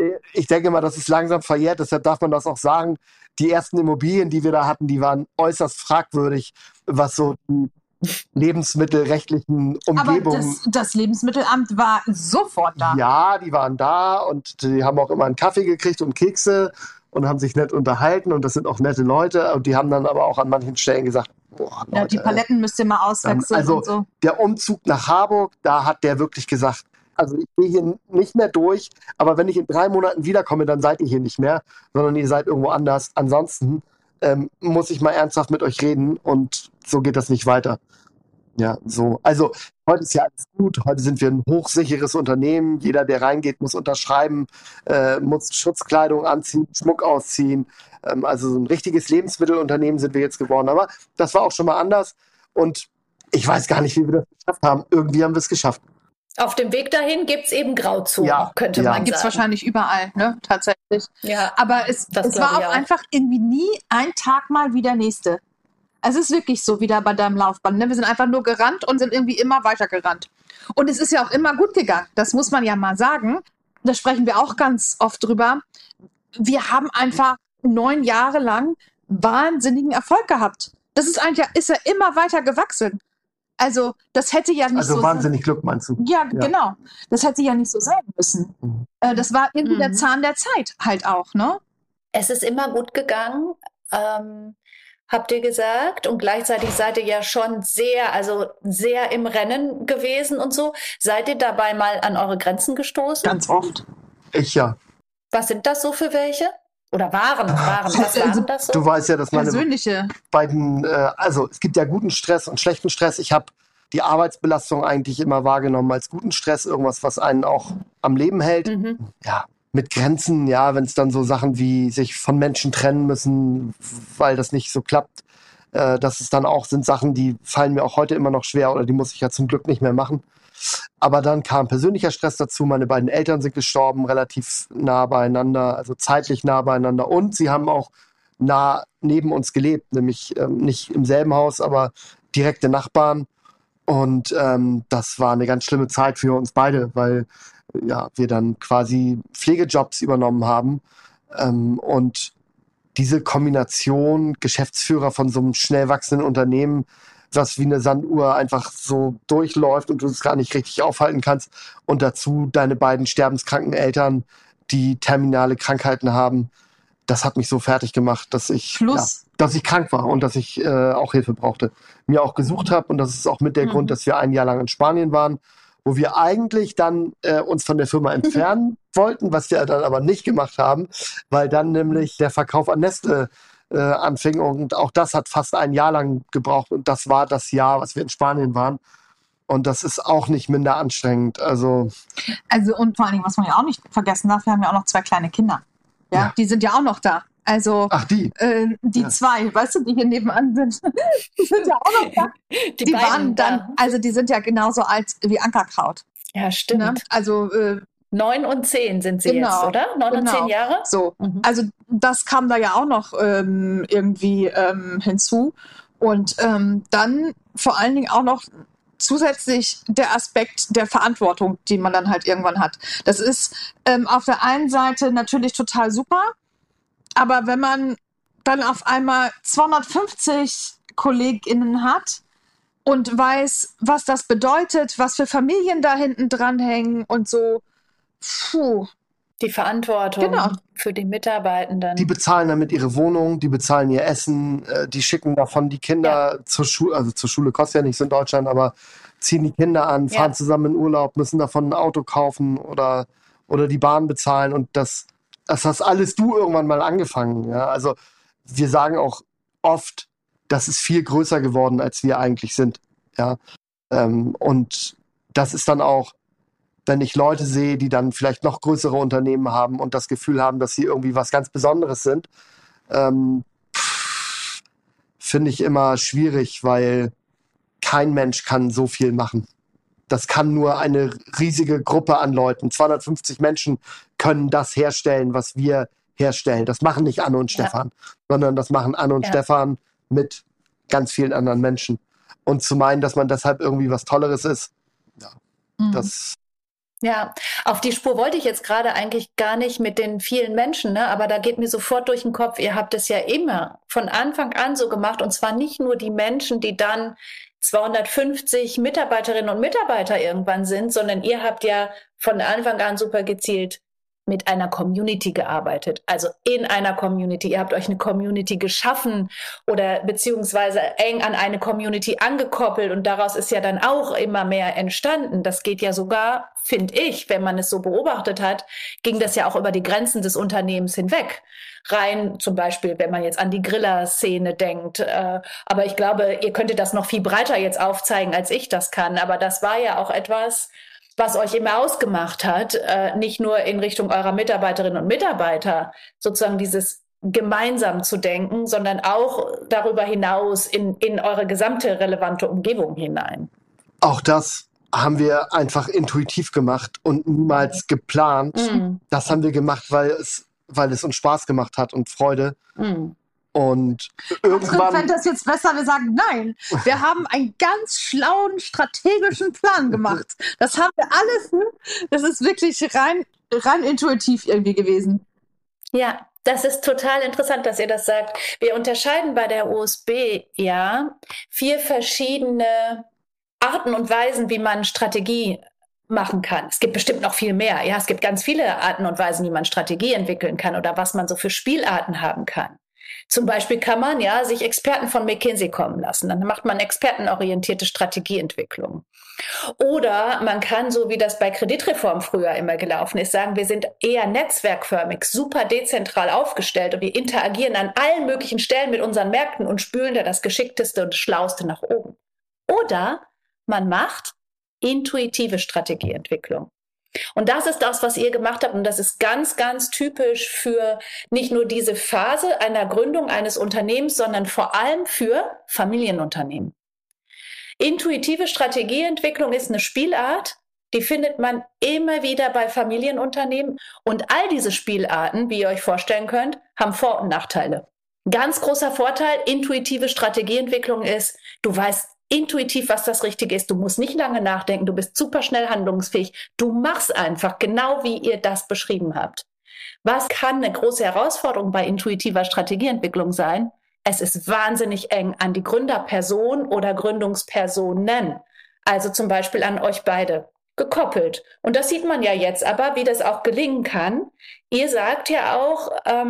ich denke mal, das ist langsam verjährt, deshalb darf man das auch sagen. Die ersten Immobilien, die wir da hatten, die waren äußerst fragwürdig, was so die lebensmittelrechtlichen Umgebungen. Aber das Lebensmittelamt war sofort da. Ja, die waren da und die haben auch immer einen Kaffee gekriegt und Kekse und haben sich nett unterhalten und das sind auch nette Leute und die haben dann aber auch an manchen Stellen gesagt, boah, Leute, Ja, die Paletten müsst ihr mal auswechseln also und so. der Umzug nach Harburg, da hat der wirklich gesagt, also ich gehe hier nicht mehr durch, aber wenn ich in 3 Monaten wiederkomme, dann seid ihr hier nicht mehr, sondern ihr seid irgendwo anders. Ansonsten muss ich mal ernsthaft mit euch reden und so geht das nicht weiter. Ja, so. Also heute ist ja alles gut. Heute sind wir ein hochsicheres Unternehmen. Jeder, der reingeht, muss unterschreiben, muss Schutzkleidung anziehen, Schmuck ausziehen. Also so ein richtiges Lebensmittelunternehmen sind wir jetzt geworden. Aber das war auch schon mal anders. Und ich weiß gar nicht, wie wir das geschafft haben. Irgendwie haben wir es geschafft. Auf dem Weg dahin gibt es eben Grauzonen, könnte man sagen. Gibt es wahrscheinlich überall, ne? Tatsächlich. Ja, aber es war auch einfach irgendwie nie ein Tag mal wie der nächste. Es ist wirklich so wieder bei deinem Laufband. Ne? Wir sind einfach nur gerannt und sind irgendwie immer weiter gerannt. Und es ist ja auch immer gut gegangen. Das muss man ja mal sagen. Da sprechen wir auch ganz oft drüber. Wir haben einfach 9 Jahre lang wahnsinnigen Erfolg gehabt. Das ist eigentlich, ist ja immer weiter gewachsen. Also das hätte ja nicht also so wahnsinnig Glück, meinst du? Ja, genau. Das hätte ja nicht so sein müssen. Das war irgendwie der Zahn der Zeit halt auch, ne? Es ist immer gut gegangen, habt ihr gesagt. Und gleichzeitig seid ihr ja schon sehr im Rennen gewesen und so. Seid ihr dabei mal an eure Grenzen gestoßen? Ganz oft. Ich ja. Was sind das so für welche? Oder waren? Was waren das so? Du weißt ja, dass meine Persönliche. beiden, also es gibt ja guten Stress und schlechten Stress. Ich habe die Arbeitsbelastung eigentlich immer wahrgenommen als guten Stress, irgendwas, was einen auch am Leben hält. Ja, mit Grenzen, ja, wenn es dann so Sachen wie sich von Menschen trennen müssen, weil das nicht so klappt, das ist dann auch, sind Sachen, die fallen mir auch heute immer noch schwer oder die muss ich ja zum Glück nicht mehr machen. Aber dann kam persönlicher Stress dazu. Meine beiden Eltern sind gestorben, relativ nah beieinander, also zeitlich nah beieinander. Und sie haben auch nah neben uns gelebt, nämlich nicht im selben Haus, aber direkte Nachbarn. Und das war eine ganz schlimme Zeit für uns beide, weil ja, wir dann quasi Pflegejobs übernommen haben. Und diese Kombination Geschäftsführer von so einem schnell wachsenden Unternehmen, was wie eine Sanduhr einfach so durchläuft und du es gar nicht richtig aufhalten kannst. Und dazu deine beiden sterbenskranken Eltern, die terminale Krankheiten haben. Das hat mich so fertig gemacht, dass ich krank war und dass ich auch Hilfe brauchte. Mir auch gesucht habe und das ist auch mit der Grund, dass wir 1 Jahr lang in Spanien waren, wo wir eigentlich dann uns von der Firma entfernen wollten, was wir dann aber nicht gemacht haben, weil dann nämlich der Verkauf an Nestle anfing und auch das hat fast 1 Jahr lang gebraucht und das war das Jahr, was wir in Spanien waren und das ist auch nicht minder anstrengend. Also und vor allen Dingen, was man ja auch nicht vergessen darf, wir haben ja auch noch 2 kleine Kinder. Ja. Die sind ja auch noch da. Also ach, die 2, weißt du, die hier nebenan sind, die sind ja auch noch da. Die waren dann, also die sind ja genauso alt wie Ankerkraut. Ja, stimmt. Ne? Also 9 und 10 sind sie jetzt, oder? 9 und 10 Jahre? So, also das kam da ja auch noch irgendwie hinzu. Und dann vor allen Dingen auch noch zusätzlich der Aspekt der Verantwortung, die man dann halt irgendwann hat. Das ist auf der einen Seite natürlich total super, aber wenn man dann auf einmal 250 KollegInnen hat und weiß, was das bedeutet, was für Familien da hinten dran hängen und so, die Verantwortung für die Mitarbeitenden. Die bezahlen damit ihre Wohnung, die bezahlen ihr Essen, die schicken davon die Kinder zur Schule, also zur Schule kostet ja nichts in Deutschland, aber ziehen die Kinder an, fahren zusammen in Urlaub, müssen davon ein Auto kaufen oder die Bahn bezahlen und das hast alles du irgendwann mal angefangen. Ja? Also wir sagen auch oft, das ist viel größer geworden, als wir eigentlich sind. Ja? Und das ist dann auch, wenn ich Leute sehe, die dann vielleicht noch größere Unternehmen haben und das Gefühl haben, dass sie irgendwie was ganz Besonderes sind, finde ich immer schwierig, weil kein Mensch kann so viel machen. Das kann nur eine riesige Gruppe an Leuten. 250 Menschen können das herstellen, was wir herstellen. Das machen nicht Anne und Stefan, sondern das machen Anne und Stefan mit ganz vielen anderen Menschen. Und zu meinen, dass man deshalb irgendwie was Tolleres ist, das Ja, auf die Spur wollte ich jetzt gerade eigentlich gar nicht mit den vielen Menschen, ne? Aber da geht mir sofort durch den Kopf, ihr habt es ja immer von Anfang an so gemacht, und zwar nicht nur die Menschen, die dann 250 Mitarbeiterinnen und Mitarbeiter irgendwann sind, sondern ihr habt ja von Anfang an super gezielt mit einer Community gearbeitet, also in einer Community. Ihr habt euch eine Community geschaffen oder beziehungsweise eng an eine Community angekoppelt, und daraus ist ja dann auch immer mehr entstanden. Das geht ja sogar, finde ich, wenn man es so beobachtet hat, ging das ja auch über die Grenzen des Unternehmens hinweg. Rein zum Beispiel, wenn man jetzt an die Griller-Szene denkt. Aber ich glaube, ihr könntet das noch viel breiter jetzt aufzeigen, als ich das kann. Aber das war ja auch etwas, was euch immer ausgemacht hat, nicht nur in Richtung eurer Mitarbeiterinnen und Mitarbeiter, sozusagen dieses gemeinsam zu denken, sondern auch darüber hinaus in eure gesamte relevante Umgebung hinein. Auch das haben wir einfach intuitiv gemacht und niemals geplant. Das haben wir gemacht, weil es uns Spaß gemacht hat und Freude. Und irgendwann... Ich fände das jetzt besser, wir sagen nein. Wir haben einen ganz schlauen, strategischen Plan gemacht. Das haben wir alles, das ist wirklich rein intuitiv irgendwie gewesen. Ja, das ist total interessant, dass ihr das sagt. Wir unterscheiden bei der OSB ja 4 verschiedene Arten und Weisen, wie man Strategie machen kann. Es gibt bestimmt noch viel mehr. Ja, es gibt ganz viele Arten und Weisen, wie man Strategie entwickeln kann oder was man so für Spielarten haben kann. Zum Beispiel kann man ja sich Experten von McKinsey kommen lassen. Dann macht man expertenorientierte Strategieentwicklung. Oder man kann, so wie das bei Kreditreform früher immer gelaufen ist, sagen, wir sind eher netzwerkförmig, super dezentral aufgestellt und wir interagieren an allen möglichen Stellen mit unseren Märkten und spülen da das Geschickteste und das Schlauste nach oben. Oder man macht intuitive Strategieentwicklung. Und das ist das, was ihr gemacht habt. Und das ist ganz, ganz typisch für nicht nur diese Phase einer Gründung eines Unternehmens, sondern vor allem für Familienunternehmen. Intuitive Strategieentwicklung ist eine Spielart, die findet man immer wieder bei Familienunternehmen. Und all diese Spielarten, wie ihr euch vorstellen könnt, haben Vor- und Nachteile. Ganz großer Vorteil, intuitive Strategieentwicklung ist, du weißt intuitiv, was das Richtige ist. Du musst nicht lange nachdenken, du bist super schnell handlungsfähig. Du machst einfach genau, wie ihr das beschrieben habt. Was kann eine große Herausforderung bei intuitiver Strategieentwicklung sein? Es ist wahnsinnig eng an die Gründerperson oder Gründungspersonen, also zum Beispiel an euch beide, gekoppelt. Und das sieht man ja jetzt aber, wie das auch gelingen kann. Ihr sagt ja auch,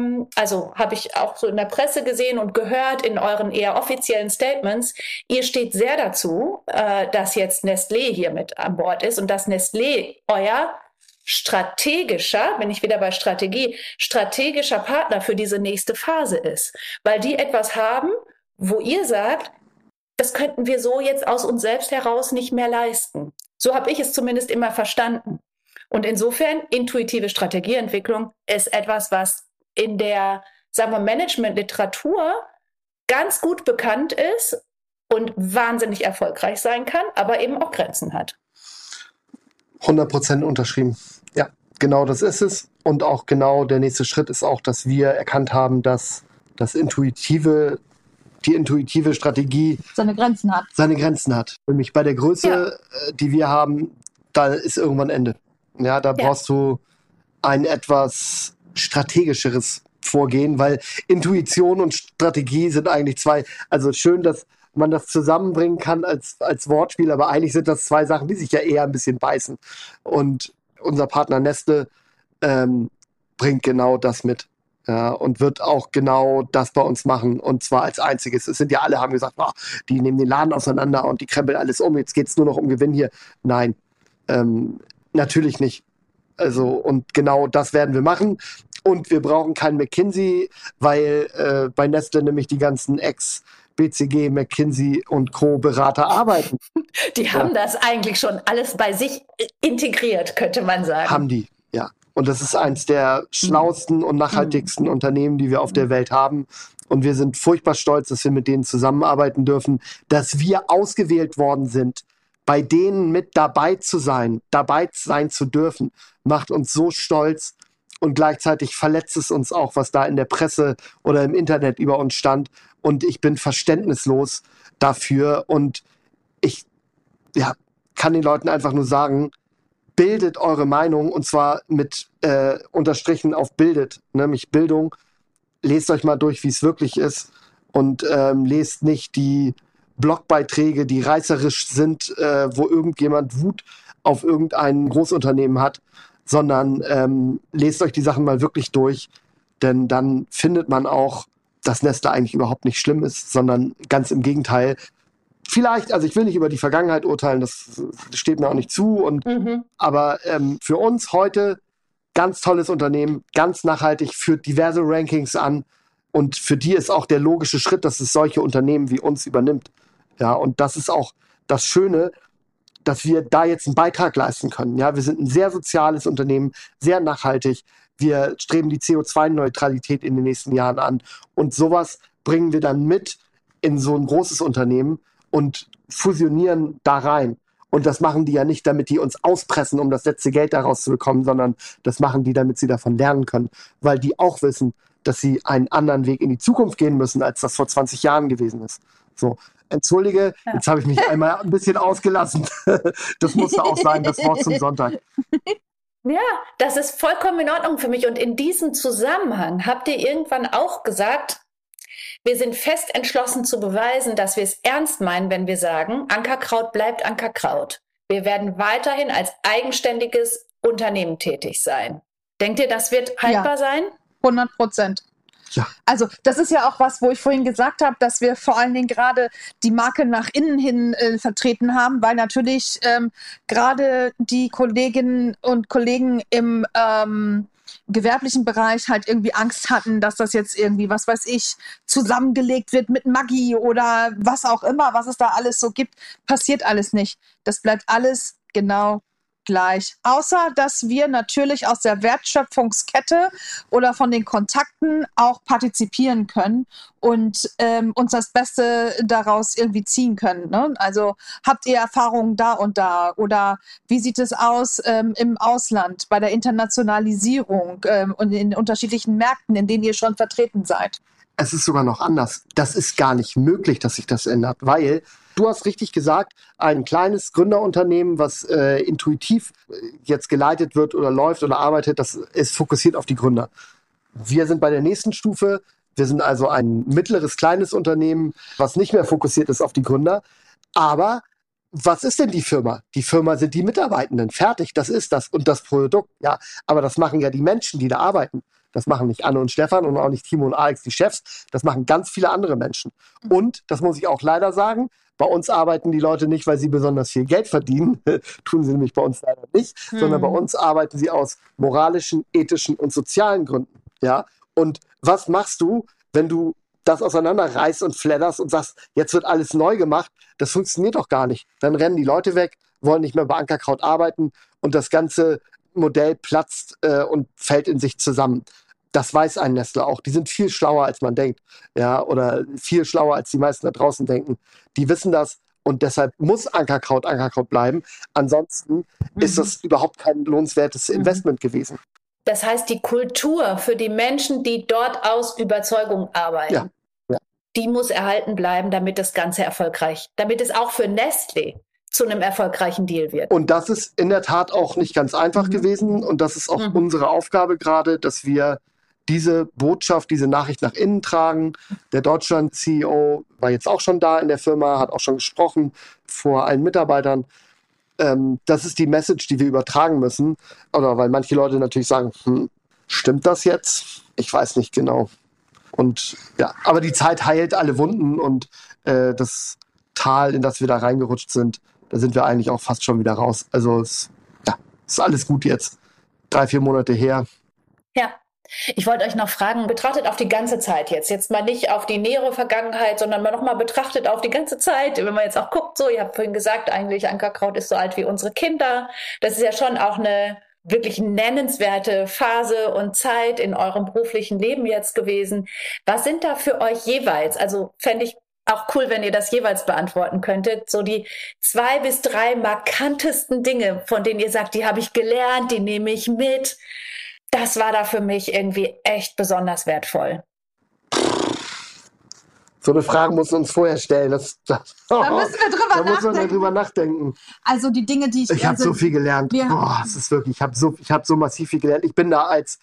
also habe ich auch so in der Presse gesehen und gehört in euren eher offiziellen Statements, ihr steht sehr dazu, dass jetzt Nestlé hier mit an Bord ist und dass Nestlé euer strategischer, bin ich wieder bei Strategie, strategischer Partner für diese nächste Phase ist. Weil die etwas haben, wo ihr sagt, das könnten wir so jetzt aus uns selbst heraus nicht mehr leisten. So habe ich es zumindest immer verstanden. Und insofern, intuitive Strategieentwicklung ist etwas, was in der, sagen wir, Management-Literatur ganz gut bekannt ist und wahnsinnig erfolgreich sein kann, aber eben auch Grenzen hat. 100% unterschrieben. Ja, genau das ist es. Und auch genau der nächste Schritt ist auch, dass wir erkannt haben, dass die intuitive Strategie seine Grenzen hat. Nämlich bei der Größe, die wir haben, da ist irgendwann Ende. Ja, da brauchst du ein etwas strategischeres Vorgehen, weil Intuition und Strategie sind eigentlich zwei, also schön, dass man das zusammenbringen kann als Wortspiel, aber eigentlich sind das zwei Sachen, die sich ja eher ein bisschen beißen. Und unser Partner Nestle bringt genau das mit. Ja, und wird auch genau das bei uns machen, und zwar als einziges. Es sind ja alle, haben gesagt, die nehmen den Laden auseinander und die krempeln alles um, jetzt geht es nur noch um Gewinn hier. Nein, natürlich nicht. Also, und genau das werden wir machen. Und wir brauchen kein McKinsey, weil bei Nestle nämlich die ganzen Ex-BCG, McKinsey und Co. Berater arbeiten. Die haben das eigentlich schon alles bei sich integriert, könnte man sagen. Haben die, ja. Und das ist eins der schlauesten und nachhaltigsten Unternehmen, die wir auf der Welt haben. Und wir sind furchtbar stolz, dass wir mit denen zusammenarbeiten dürfen, dass wir ausgewählt worden sind, bei denen mit dabei sein zu dürfen, macht uns so stolz. Und gleichzeitig verletzt es uns auch, was da in der Presse oder im Internet über uns stand. Und ich bin verständnislos dafür. Und ich kann den Leuten einfach nur sagen, bildet eure Meinung, und zwar mit Unterstrichen auf bildet, nämlich Bildung. Lest euch mal durch, wie es wirklich ist, und lest nicht die Blogbeiträge, die reißerisch sind, wo irgendjemand Wut auf irgendein Großunternehmen hat, sondern lest euch die Sachen mal wirklich durch, denn dann findet man auch, dass Nestle eigentlich überhaupt nicht schlimm ist, sondern ganz im Gegenteil. Vielleicht, also ich will nicht über die Vergangenheit urteilen, das steht mir auch nicht zu, aber für uns heute ganz tolles Unternehmen, ganz nachhaltig, führt diverse Rankings an, und für die ist auch der logische Schritt, dass es solche Unternehmen wie uns übernimmt. Ja, und das ist auch das Schöne, dass wir da jetzt einen Beitrag leisten können. Ja, wir sind ein sehr soziales Unternehmen, sehr nachhaltig. Wir streben die CO2-Neutralität in den nächsten Jahren an. Und sowas bringen wir dann mit in so ein großes Unternehmen und fusionieren da rein. Und das machen die ja nicht, damit die uns auspressen, um das letzte Geld daraus zu bekommen, sondern das machen die, damit sie davon lernen können. Weil die auch wissen, dass sie einen anderen Weg in die Zukunft gehen müssen, als das vor 20 Jahren gewesen ist. So, entschuldige, jetzt habe ich mich einmal ein bisschen ausgelassen. Das musste auch sein, das Wort zum Sonntag. Ja, das ist vollkommen in Ordnung für mich. Und in diesem Zusammenhang habt ihr irgendwann auch gesagt, wir sind fest entschlossen zu beweisen, dass wir es ernst meinen, wenn wir sagen, Ankerkraut bleibt Ankerkraut. Wir werden weiterhin als eigenständiges Unternehmen tätig sein. Denkt ihr, das wird haltbar sein? 100%. Ja. Also das ist ja auch was, wo ich vorhin gesagt habe, dass wir vor allen Dingen gerade die Marke nach innen hin vertreten haben, weil natürlich gerade die Kolleginnen und Kollegen im gewerblichen Bereich halt irgendwie Angst hatten, dass das jetzt irgendwie, was weiß ich, zusammengelegt wird mit Maggi oder was auch immer, was es da alles so gibt, passiert alles nicht. Das bleibt alles genau gleich. Außer, dass wir natürlich aus der Wertschöpfungskette oder von den Kontakten auch partizipieren können und uns das Beste daraus irgendwie ziehen können. Ne? Also habt ihr Erfahrungen da und da? Oder wie sieht es aus im Ausland bei der Internationalisierung und in unterschiedlichen Märkten, in denen ihr schon vertreten seid? Es ist sogar noch anders. Das ist gar nicht möglich, dass sich das ändert, weil du hast richtig gesagt, ein kleines Gründerunternehmen, was intuitiv jetzt geleitet wird oder läuft oder arbeitet, das ist fokussiert auf die Gründer. Wir sind bei der nächsten Stufe. Wir sind also ein mittleres, kleines Unternehmen, was nicht mehr fokussiert ist auf die Gründer. Aber was ist denn die Firma? Die Firma sind die Mitarbeitenden. Fertig, das ist das. Und das Produkt, ja. Aber das machen ja die Menschen, die da arbeiten. Das machen nicht Anne und Stefan und auch nicht Timo und Alex, die Chefs. Das machen ganz viele andere Menschen. Und, das muss ich auch leider sagen, bei uns arbeiten die Leute nicht, weil sie besonders viel Geld verdienen. Tun sie nämlich bei uns leider nicht. Sondern bei uns arbeiten sie aus moralischen, ethischen und sozialen Gründen. Ja? Und was machst du, wenn du das auseinanderreißt und fledderst und sagst, jetzt wird alles neu gemacht? Das funktioniert doch gar nicht. Dann rennen die Leute weg, wollen nicht mehr bei Ankerkraut arbeiten und das ganze Modell platzt und fällt in sich zusammen. Das weiß ein Nestle auch. Die sind viel schlauer, als man denkt. Ja, oder viel schlauer, als die meisten da draußen denken. Die wissen das und deshalb muss Ankerkraut bleiben. Ansonsten ist das überhaupt kein lohnenswertes Investment gewesen. Das heißt, die Kultur für die Menschen, die dort aus Überzeugung arbeiten, die muss erhalten bleiben, damit das Ganze damit es auch für Nestlé zu einem erfolgreichen Deal wird. Und das ist in der Tat auch nicht ganz einfach gewesen. Und das ist auch unsere Aufgabe gerade, dass wir diese Botschaft, diese Nachricht nach innen tragen. Der Deutschland-CEO war jetzt auch schon da in der Firma, hat auch schon gesprochen vor allen Mitarbeitern. Das ist die Message, die wir übertragen müssen. Oder weil manche Leute natürlich sagen, stimmt das jetzt? Ich weiß nicht genau. Und ja, aber die Zeit heilt alle Wunden und das Tal, in das wir da reingerutscht sind, da sind wir eigentlich auch fast schon wieder raus. Also ist alles gut jetzt. 3-4 Monate her. Ja. Ich wollte euch noch fragen, betrachtet auf die ganze Zeit jetzt mal nicht auf die nähere Vergangenheit, sondern mal nochmal betrachtet auf die ganze Zeit, wenn man jetzt auch guckt, so, ihr habt vorhin gesagt, eigentlich Ankerkraut ist so alt wie unsere Kinder. Das ist ja schon auch eine wirklich nennenswerte Phase und Zeit in eurem beruflichen Leben jetzt gewesen. Was sind da für euch jeweils, also fände ich auch cool, wenn ihr das jeweils beantworten könntet, so die 2 bis 3 markantesten Dinge, von denen ihr sagt, die habe ich gelernt, die nehme ich mit. Das war da für mich irgendwie echt besonders wertvoll. So eine Frage muss uns vorher stellen. Da müssen wir drüber nachdenken. Also die Dinge, die ich habe so viel gelernt. Es ist wirklich, ich habe so massiv viel gelernt. Ich bin da als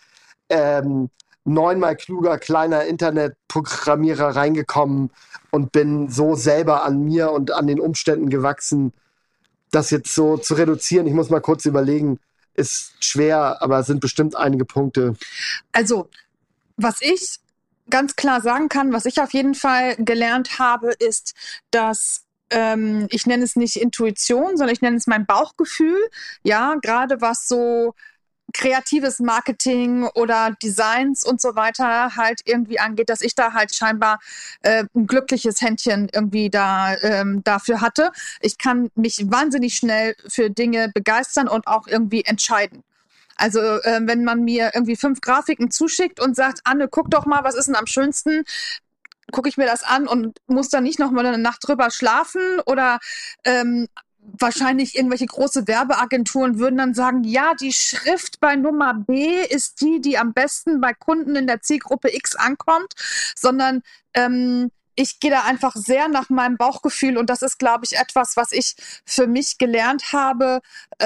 9-mal kluger kleiner Internetprogrammierer reingekommen und bin so selber an mir und an den Umständen gewachsen, das jetzt so zu reduzieren. Ich muss mal kurz überlegen, ist schwer, aber es sind bestimmt einige Punkte. Also, was ich ganz klar sagen kann, was ich auf jeden Fall gelernt habe, ist, dass ich nenne es nicht Intuition, sondern ich nenne es mein Bauchgefühl. Ja, gerade was so kreatives Marketing oder Designs und so weiter halt irgendwie angeht, dass ich da halt scheinbar ein glückliches Händchen irgendwie dafür hatte. Ich kann mich wahnsinnig schnell für Dinge begeistern und auch irgendwie entscheiden. Also wenn man mir irgendwie 5 Grafiken zuschickt und sagt, Anne, guck doch mal, was ist denn am schönsten, gucke ich mir das an und muss dann nicht noch mal eine Nacht drüber schlafen oder wahrscheinlich irgendwelche große Werbeagenturen würden dann sagen, ja, die Schrift bei Nummer B ist die am besten bei Kunden in der Zielgruppe X ankommt, sondern ich gehe da einfach sehr nach meinem Bauchgefühl und das ist, glaube ich, etwas, was ich für mich gelernt habe,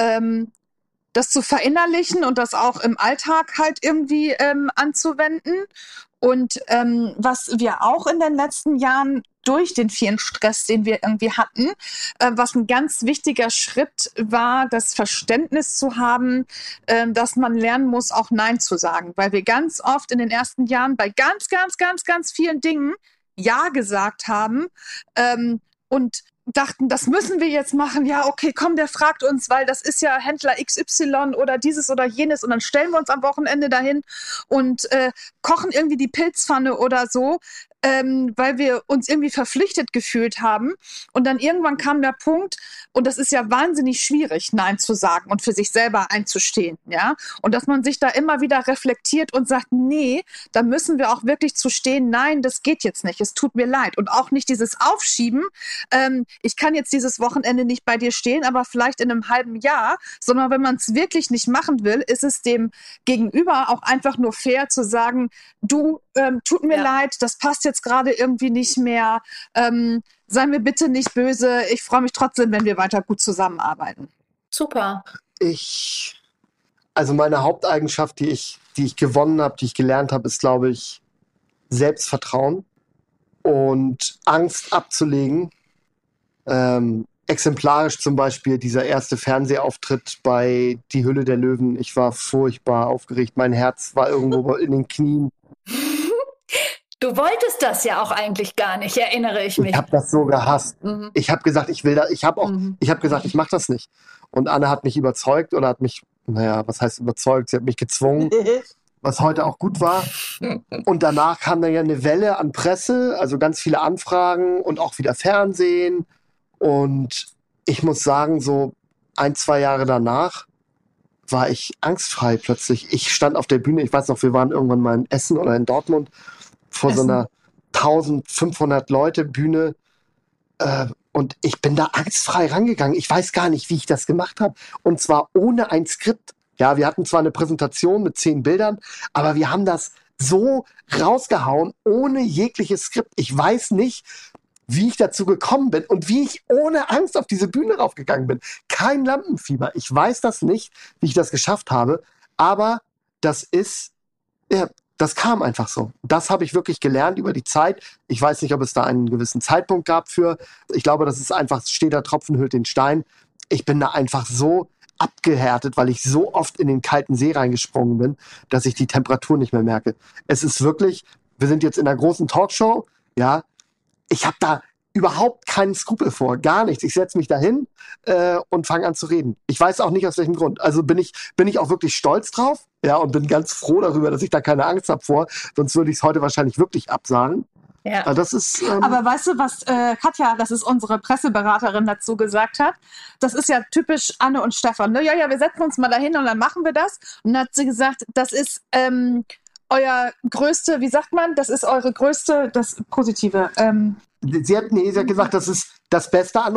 das zu verinnerlichen und das auch im Alltag halt irgendwie anzuwenden. Und was wir auch in den letzten Jahren durch den vielen Stress, den wir irgendwie hatten, was ein ganz wichtiger Schritt war, das Verständnis zu haben, dass man lernen muss, auch Nein zu sagen. Weil wir ganz oft in den ersten Jahren bei ganz, ganz, ganz, ganz vielen Dingen Ja gesagt haben und dachten, das müssen wir jetzt machen. Ja, okay, komm, der fragt uns, weil das ist ja Händler XY oder dieses oder jenes und dann stellen wir uns am Wochenende dahin und kochen irgendwie die Pilzpfanne oder so, weil wir uns irgendwie verpflichtet gefühlt haben. Und dann irgendwann kam der Punkt, und das ist ja wahnsinnig schwierig, Nein zu sagen und für sich selber einzustehen, ja. Und dass man sich da immer wieder reflektiert und sagt, nee, da müssen wir auch wirklich zu stehen, nein, das geht jetzt nicht, es tut mir leid. Und auch nicht dieses Aufschieben, ich kann jetzt dieses Wochenende nicht bei dir stehen, aber vielleicht in einem halben Jahr, sondern wenn man es wirklich nicht machen will, ist es dem Gegenüber auch einfach nur fair zu sagen, du, tut mir leid, das passt jetzt gerade irgendwie nicht mehr, sei mir bitte nicht böse, ich freue mich trotzdem, wenn wir weiter gut zusammenarbeiten. Super. Also meine Haupteigenschaft, die ich gewonnen habe, die ich gelernt habe, ist, glaube ich, Selbstvertrauen und Angst abzulegen. Exemplarisch zum Beispiel dieser erste Fernsehauftritt bei Die Hülle der Löwen. Ich war furchtbar aufgeregt. Mein Herz war irgendwo in den Knien. Du wolltest das ja auch eigentlich gar nicht, erinnere ich mich. Ich habe das so gehasst. Mhm. Ich habe gesagt, ich will da. Ich habe gesagt, ich mache das nicht. Und Anne hat mich überzeugt oder hat mich, was heißt überzeugt? Sie hat mich gezwungen, was heute auch gut war. Und danach kam dann ja eine Welle an Presse, also ganz viele Anfragen und auch wieder Fernsehen. Und ich muss sagen, so 1-2 Jahre danach war ich angstfrei plötzlich. Ich stand auf der Bühne, ich weiß noch, wir waren irgendwann mal in Essen oder in Dortmund vor so einer 1500 Leute Bühne und ich bin da angstfrei rangegangen. Ich weiß gar nicht, wie ich das gemacht habe. Und zwar ohne ein Skript. Ja, wir hatten zwar eine Präsentation mit 10 Bildern, aber wir haben das so rausgehauen, ohne jegliches Skript. Ich weiß nicht, wie ich dazu gekommen bin und wie ich ohne Angst auf diese Bühne raufgegangen bin. Kein Lampenfieber. Ich weiß das nicht, wie ich das geschafft habe, aber das kam einfach so. Das habe ich wirklich gelernt über die Zeit. Ich weiß nicht, ob es da einen gewissen Zeitpunkt gab für. Ich glaube, das ist einfach, steter Tropfen hüllt den Stein. Ich bin da einfach so abgehärtet, weil ich so oft in den kalten See reingesprungen bin, dass ich die Temperatur nicht mehr merke. Es ist wirklich, wir sind jetzt in einer großen Talkshow, ja, ich habe da überhaupt keinen Skrupel vor, gar nichts. Ich setze mich dahin und fange an zu reden. Ich weiß auch nicht, aus welchem Grund. Also bin ich auch wirklich stolz drauf, ja, und bin ganz froh darüber, dass ich da keine Angst habe vor. Sonst würde ich es heute wahrscheinlich wirklich absagen. Ja. Aber das ist. Aber weißt du, was Katja, das ist unsere Presseberaterin, dazu gesagt hat? Das ist ja typisch Anne und Stefan. Ne? Ja, wir setzen uns mal dahin und dann machen wir das. Und dann hat sie gesagt, das ist euer größte, wie sagt man, das ist eure größte, das Positive. Sie hat gesagt, das ist das Beste an euch,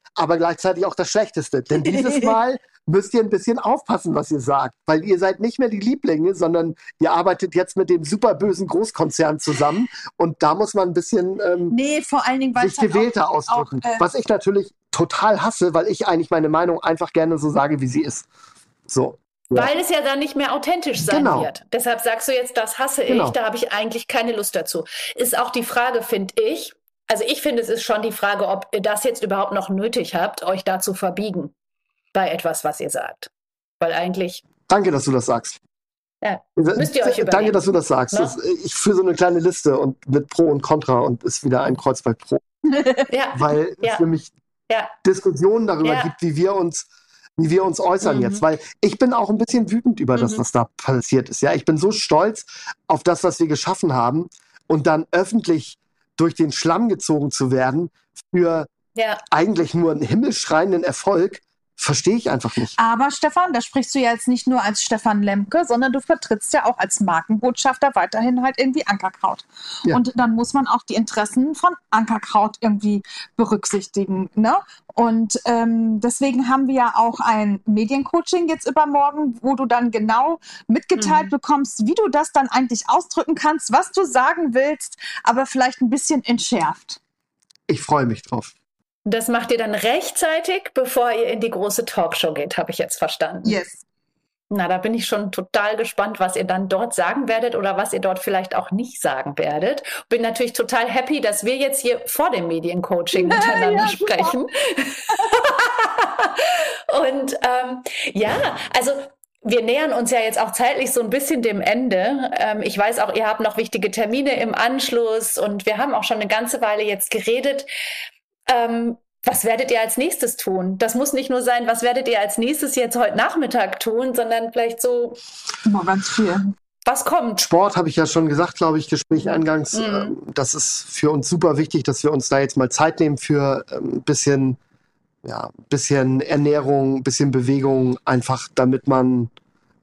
aber gleichzeitig auch das Schlechteste. Denn dieses Mal müsst ihr ein bisschen aufpassen, was ihr sagt, weil ihr seid nicht mehr die Lieblinge, sondern ihr arbeitet jetzt mit dem super bösen Großkonzern zusammen und da muss man ein bisschen vor allen Dingen, weil sich gewählter ausdrücken. Was ich natürlich total hasse, weil ich eigentlich meine Meinung einfach gerne so sage, wie sie ist. So. Ja. Weil es ja dann nicht mehr authentisch sein wird. Deshalb sagst du jetzt, das hasse ich, da habe ich eigentlich keine Lust dazu. Ist auch die Frage, finde ich, also ich finde, es ist schon die Frage, ob ihr das jetzt überhaupt noch nötig habt, euch da zu verbiegen bei etwas, was ihr sagt. Weil eigentlich... Danke, dass du das sagst. Ja, müsst ihr euch überlegen. Danke, dass du das sagst. Ne? Ich führe so eine kleine Liste und mit Pro und Contra und ist wieder ein Kreuz bei Pro. Weil es für mich Diskussionen darüber gibt, wie wir uns äußern jetzt. Weil ich bin auch ein bisschen wütend über das, was da passiert ist. Ja, ich bin so stolz auf das, was wir geschaffen haben und dann öffentlich durch den Schlamm gezogen zu werden für eigentlich nur einen himmelschreienden Erfolg, verstehe ich einfach nicht. Aber Stefan, da sprichst du ja jetzt nicht nur als Stefan Lemke, sondern du vertrittst ja auch als Markenbotschafter weiterhin halt irgendwie Ankerkraut. Ja. Und dann muss man auch die Interessen von Ankerkraut irgendwie berücksichtigen. Ne? Und deswegen haben wir ja auch ein Mediencoaching jetzt übermorgen, wo du dann genau mitgeteilt bekommst, wie du das dann eigentlich ausdrücken kannst, was du sagen willst, aber vielleicht ein bisschen entschärft. Ich freue mich drauf. Das macht ihr dann rechtzeitig, bevor ihr in die große Talkshow geht, habe ich jetzt verstanden. Yes. Na, da bin ich schon total gespannt, was ihr dann dort sagen werdet oder was ihr dort vielleicht auch nicht sagen werdet. Bin natürlich total happy, dass wir jetzt hier vor dem Mediencoaching miteinander sprechen. Und also wir nähern uns ja jetzt auch zeitlich so ein bisschen dem Ende. Ich weiß auch, ihr habt noch wichtige Termine im Anschluss und wir haben auch schon eine ganze Weile jetzt geredet. Was werdet ihr als nächstes tun? Das muss nicht nur sein, was werdet ihr als nächstes jetzt heute Nachmittag tun, sondern vielleicht so immer ganz viel. Was kommt? Sport habe ich ja schon gesagt, glaube ich, Gespräch eingangs. Das ist für uns super wichtig, dass wir uns da jetzt mal Zeit nehmen für ein bisschen Ernährung, ein bisschen Bewegung, einfach damit man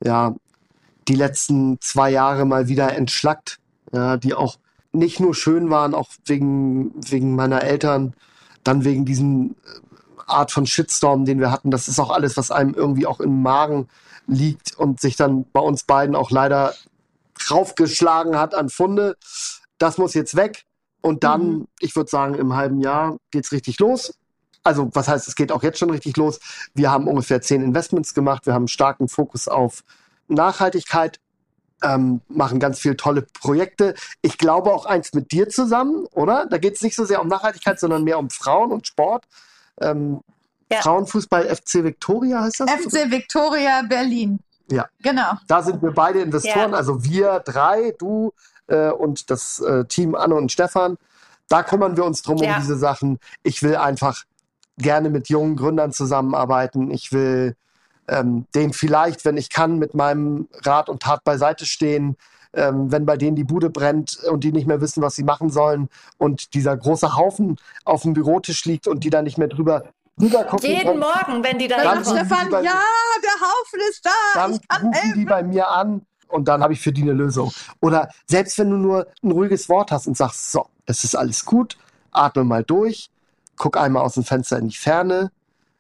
die letzten 2 Jahre mal wieder entschlackt, die auch nicht nur schön waren, auch wegen meiner Eltern, dann wegen diesen Art von Shitstorm, den wir hatten. Das ist auch alles, was einem irgendwie auch im Magen liegt und sich dann bei uns beiden auch leider raufgeschlagen hat an Pfunde. Das muss jetzt weg. Und dann, ich würde sagen, im halben Jahr geht's richtig los. Also, was heißt, es geht auch jetzt schon richtig los. Wir haben ungefähr 10 Investments gemacht. Wir haben einen starken Fokus auf Nachhaltigkeit. Machen ganz viele tolle Projekte. Ich glaube auch eins mit dir zusammen, oder? Da geht es nicht so sehr um Nachhaltigkeit, sondern mehr um Frauen und Sport. Frauenfußball FC Viktoria heißt das? FC Viktoria Berlin. Ja. Genau. Da sind wir beide Investoren, also wir 3, du und das Team Anne und Stefan. Da kümmern wir uns drum um diese Sachen. Ich will einfach gerne mit jungen Gründern zusammenarbeiten. Ich will denen vielleicht, wenn ich kann, mit meinem Rat und Tat beiseite stehen, wenn bei denen die Bude brennt und die nicht mehr wissen, was sie machen sollen und dieser große Haufen auf dem Bürotisch liegt und die da nicht mehr drüber gucken. Jeden Morgen, wenn die da dann Stefan, der Haufen ist da. Dann rufen die bei mir an und dann habe ich für die eine Lösung. Oder selbst wenn du nur ein ruhiges Wort hast und sagst, so, es ist alles gut, atme mal durch, guck einmal aus dem Fenster in die Ferne,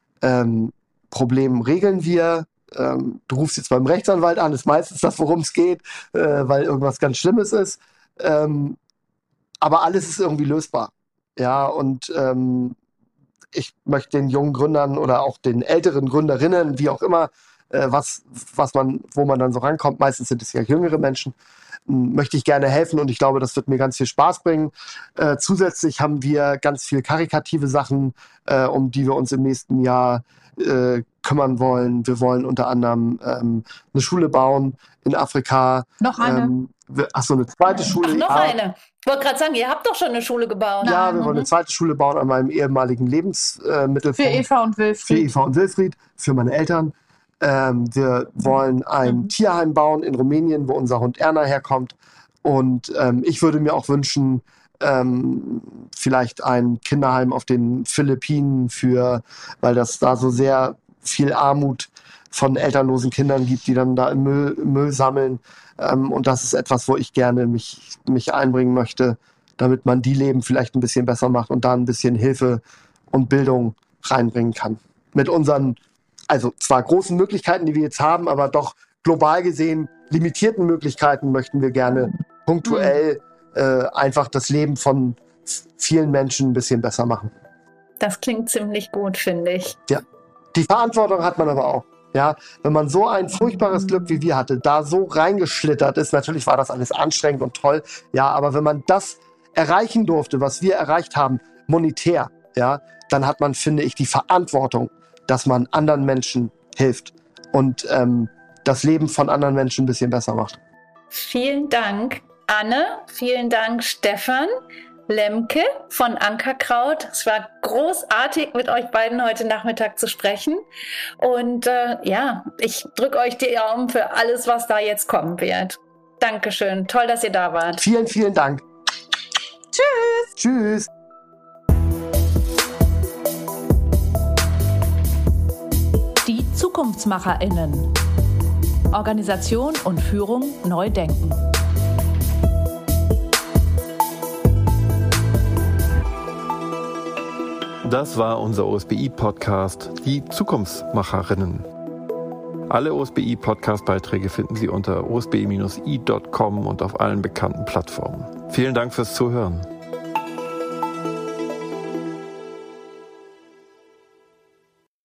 Problem regeln wir. Du rufst jetzt beim Rechtsanwalt an, ist meistens das, worum es geht, weil irgendwas ganz Schlimmes ist. Aber alles ist irgendwie lösbar. Ja, und ich möchte den jungen Gründern oder auch den älteren Gründerinnen, wie auch immer, wo man dann so rankommt, meistens sind es ja jüngere Menschen, möchte ich gerne helfen und ich glaube, das wird mir ganz viel Spaß bringen. Zusätzlich haben wir ganz viel karitative Sachen, um die wir uns im nächsten Jahr kümmern wollen. Wir wollen unter anderem eine Schule bauen in Afrika. Noch eine? Eine zweite Schule. Noch eine. Ich wollte gerade sagen, ihr habt doch schon eine Schule gebaut. Ja, wir wollen eine zweite Schule bauen an meinem ehemaligen Lebensmittelpunkt. Für Eva und Wilfried. Für Eva und Wilfried, für meine Eltern. Wir wollen ein Tierheim bauen in Rumänien, wo unser Hund Erna herkommt. Und ich würde mir auch wünschen, vielleicht ein Kinderheim auf den Philippinen weil das da so sehr viel Armut von elternlosen Kindern gibt, die dann da im Müll sammeln. Und das ist etwas, wo ich gerne mich einbringen möchte, damit man die Leben vielleicht ein bisschen besser macht und da ein bisschen Hilfe und Bildung reinbringen kann. Mit unseren, also zwar großen Möglichkeiten, die wir jetzt haben, aber doch global gesehen limitierten Möglichkeiten möchten wir gerne punktuell einfach das Leben von vielen Menschen ein bisschen besser machen. Das klingt ziemlich gut, finde ich. Ja, die Verantwortung hat man aber auch. Ja, wenn man so ein furchtbares Glück wie wir hatte, da so reingeschlittert ist, natürlich war das alles anstrengend und toll, ja, aber wenn man das erreichen durfte, was wir erreicht haben, monetär, ja, dann hat man, finde ich, die Verantwortung, dass man anderen Menschen hilft und das Leben von anderen Menschen ein bisschen besser macht. Vielen Dank, Anne. Vielen Dank, Stefan Lemke von Ankerkraut. Es war großartig, mit euch beiden heute Nachmittag zu sprechen. Und ich drücke euch die Daumen für alles, was da jetzt kommen wird. Dankeschön. Toll, dass ihr da wart. Vielen, vielen Dank. Tschüss. Tschüss. Die ZukunftsmacherInnen. Organisation und Führung neu denken. Das war unser OSBI-Podcast, die Zukunftsmacherinnen. Alle OSBI-Podcast-Beiträge finden Sie unter osbi-i.com und auf allen bekannten Plattformen. Vielen Dank fürs Zuhören.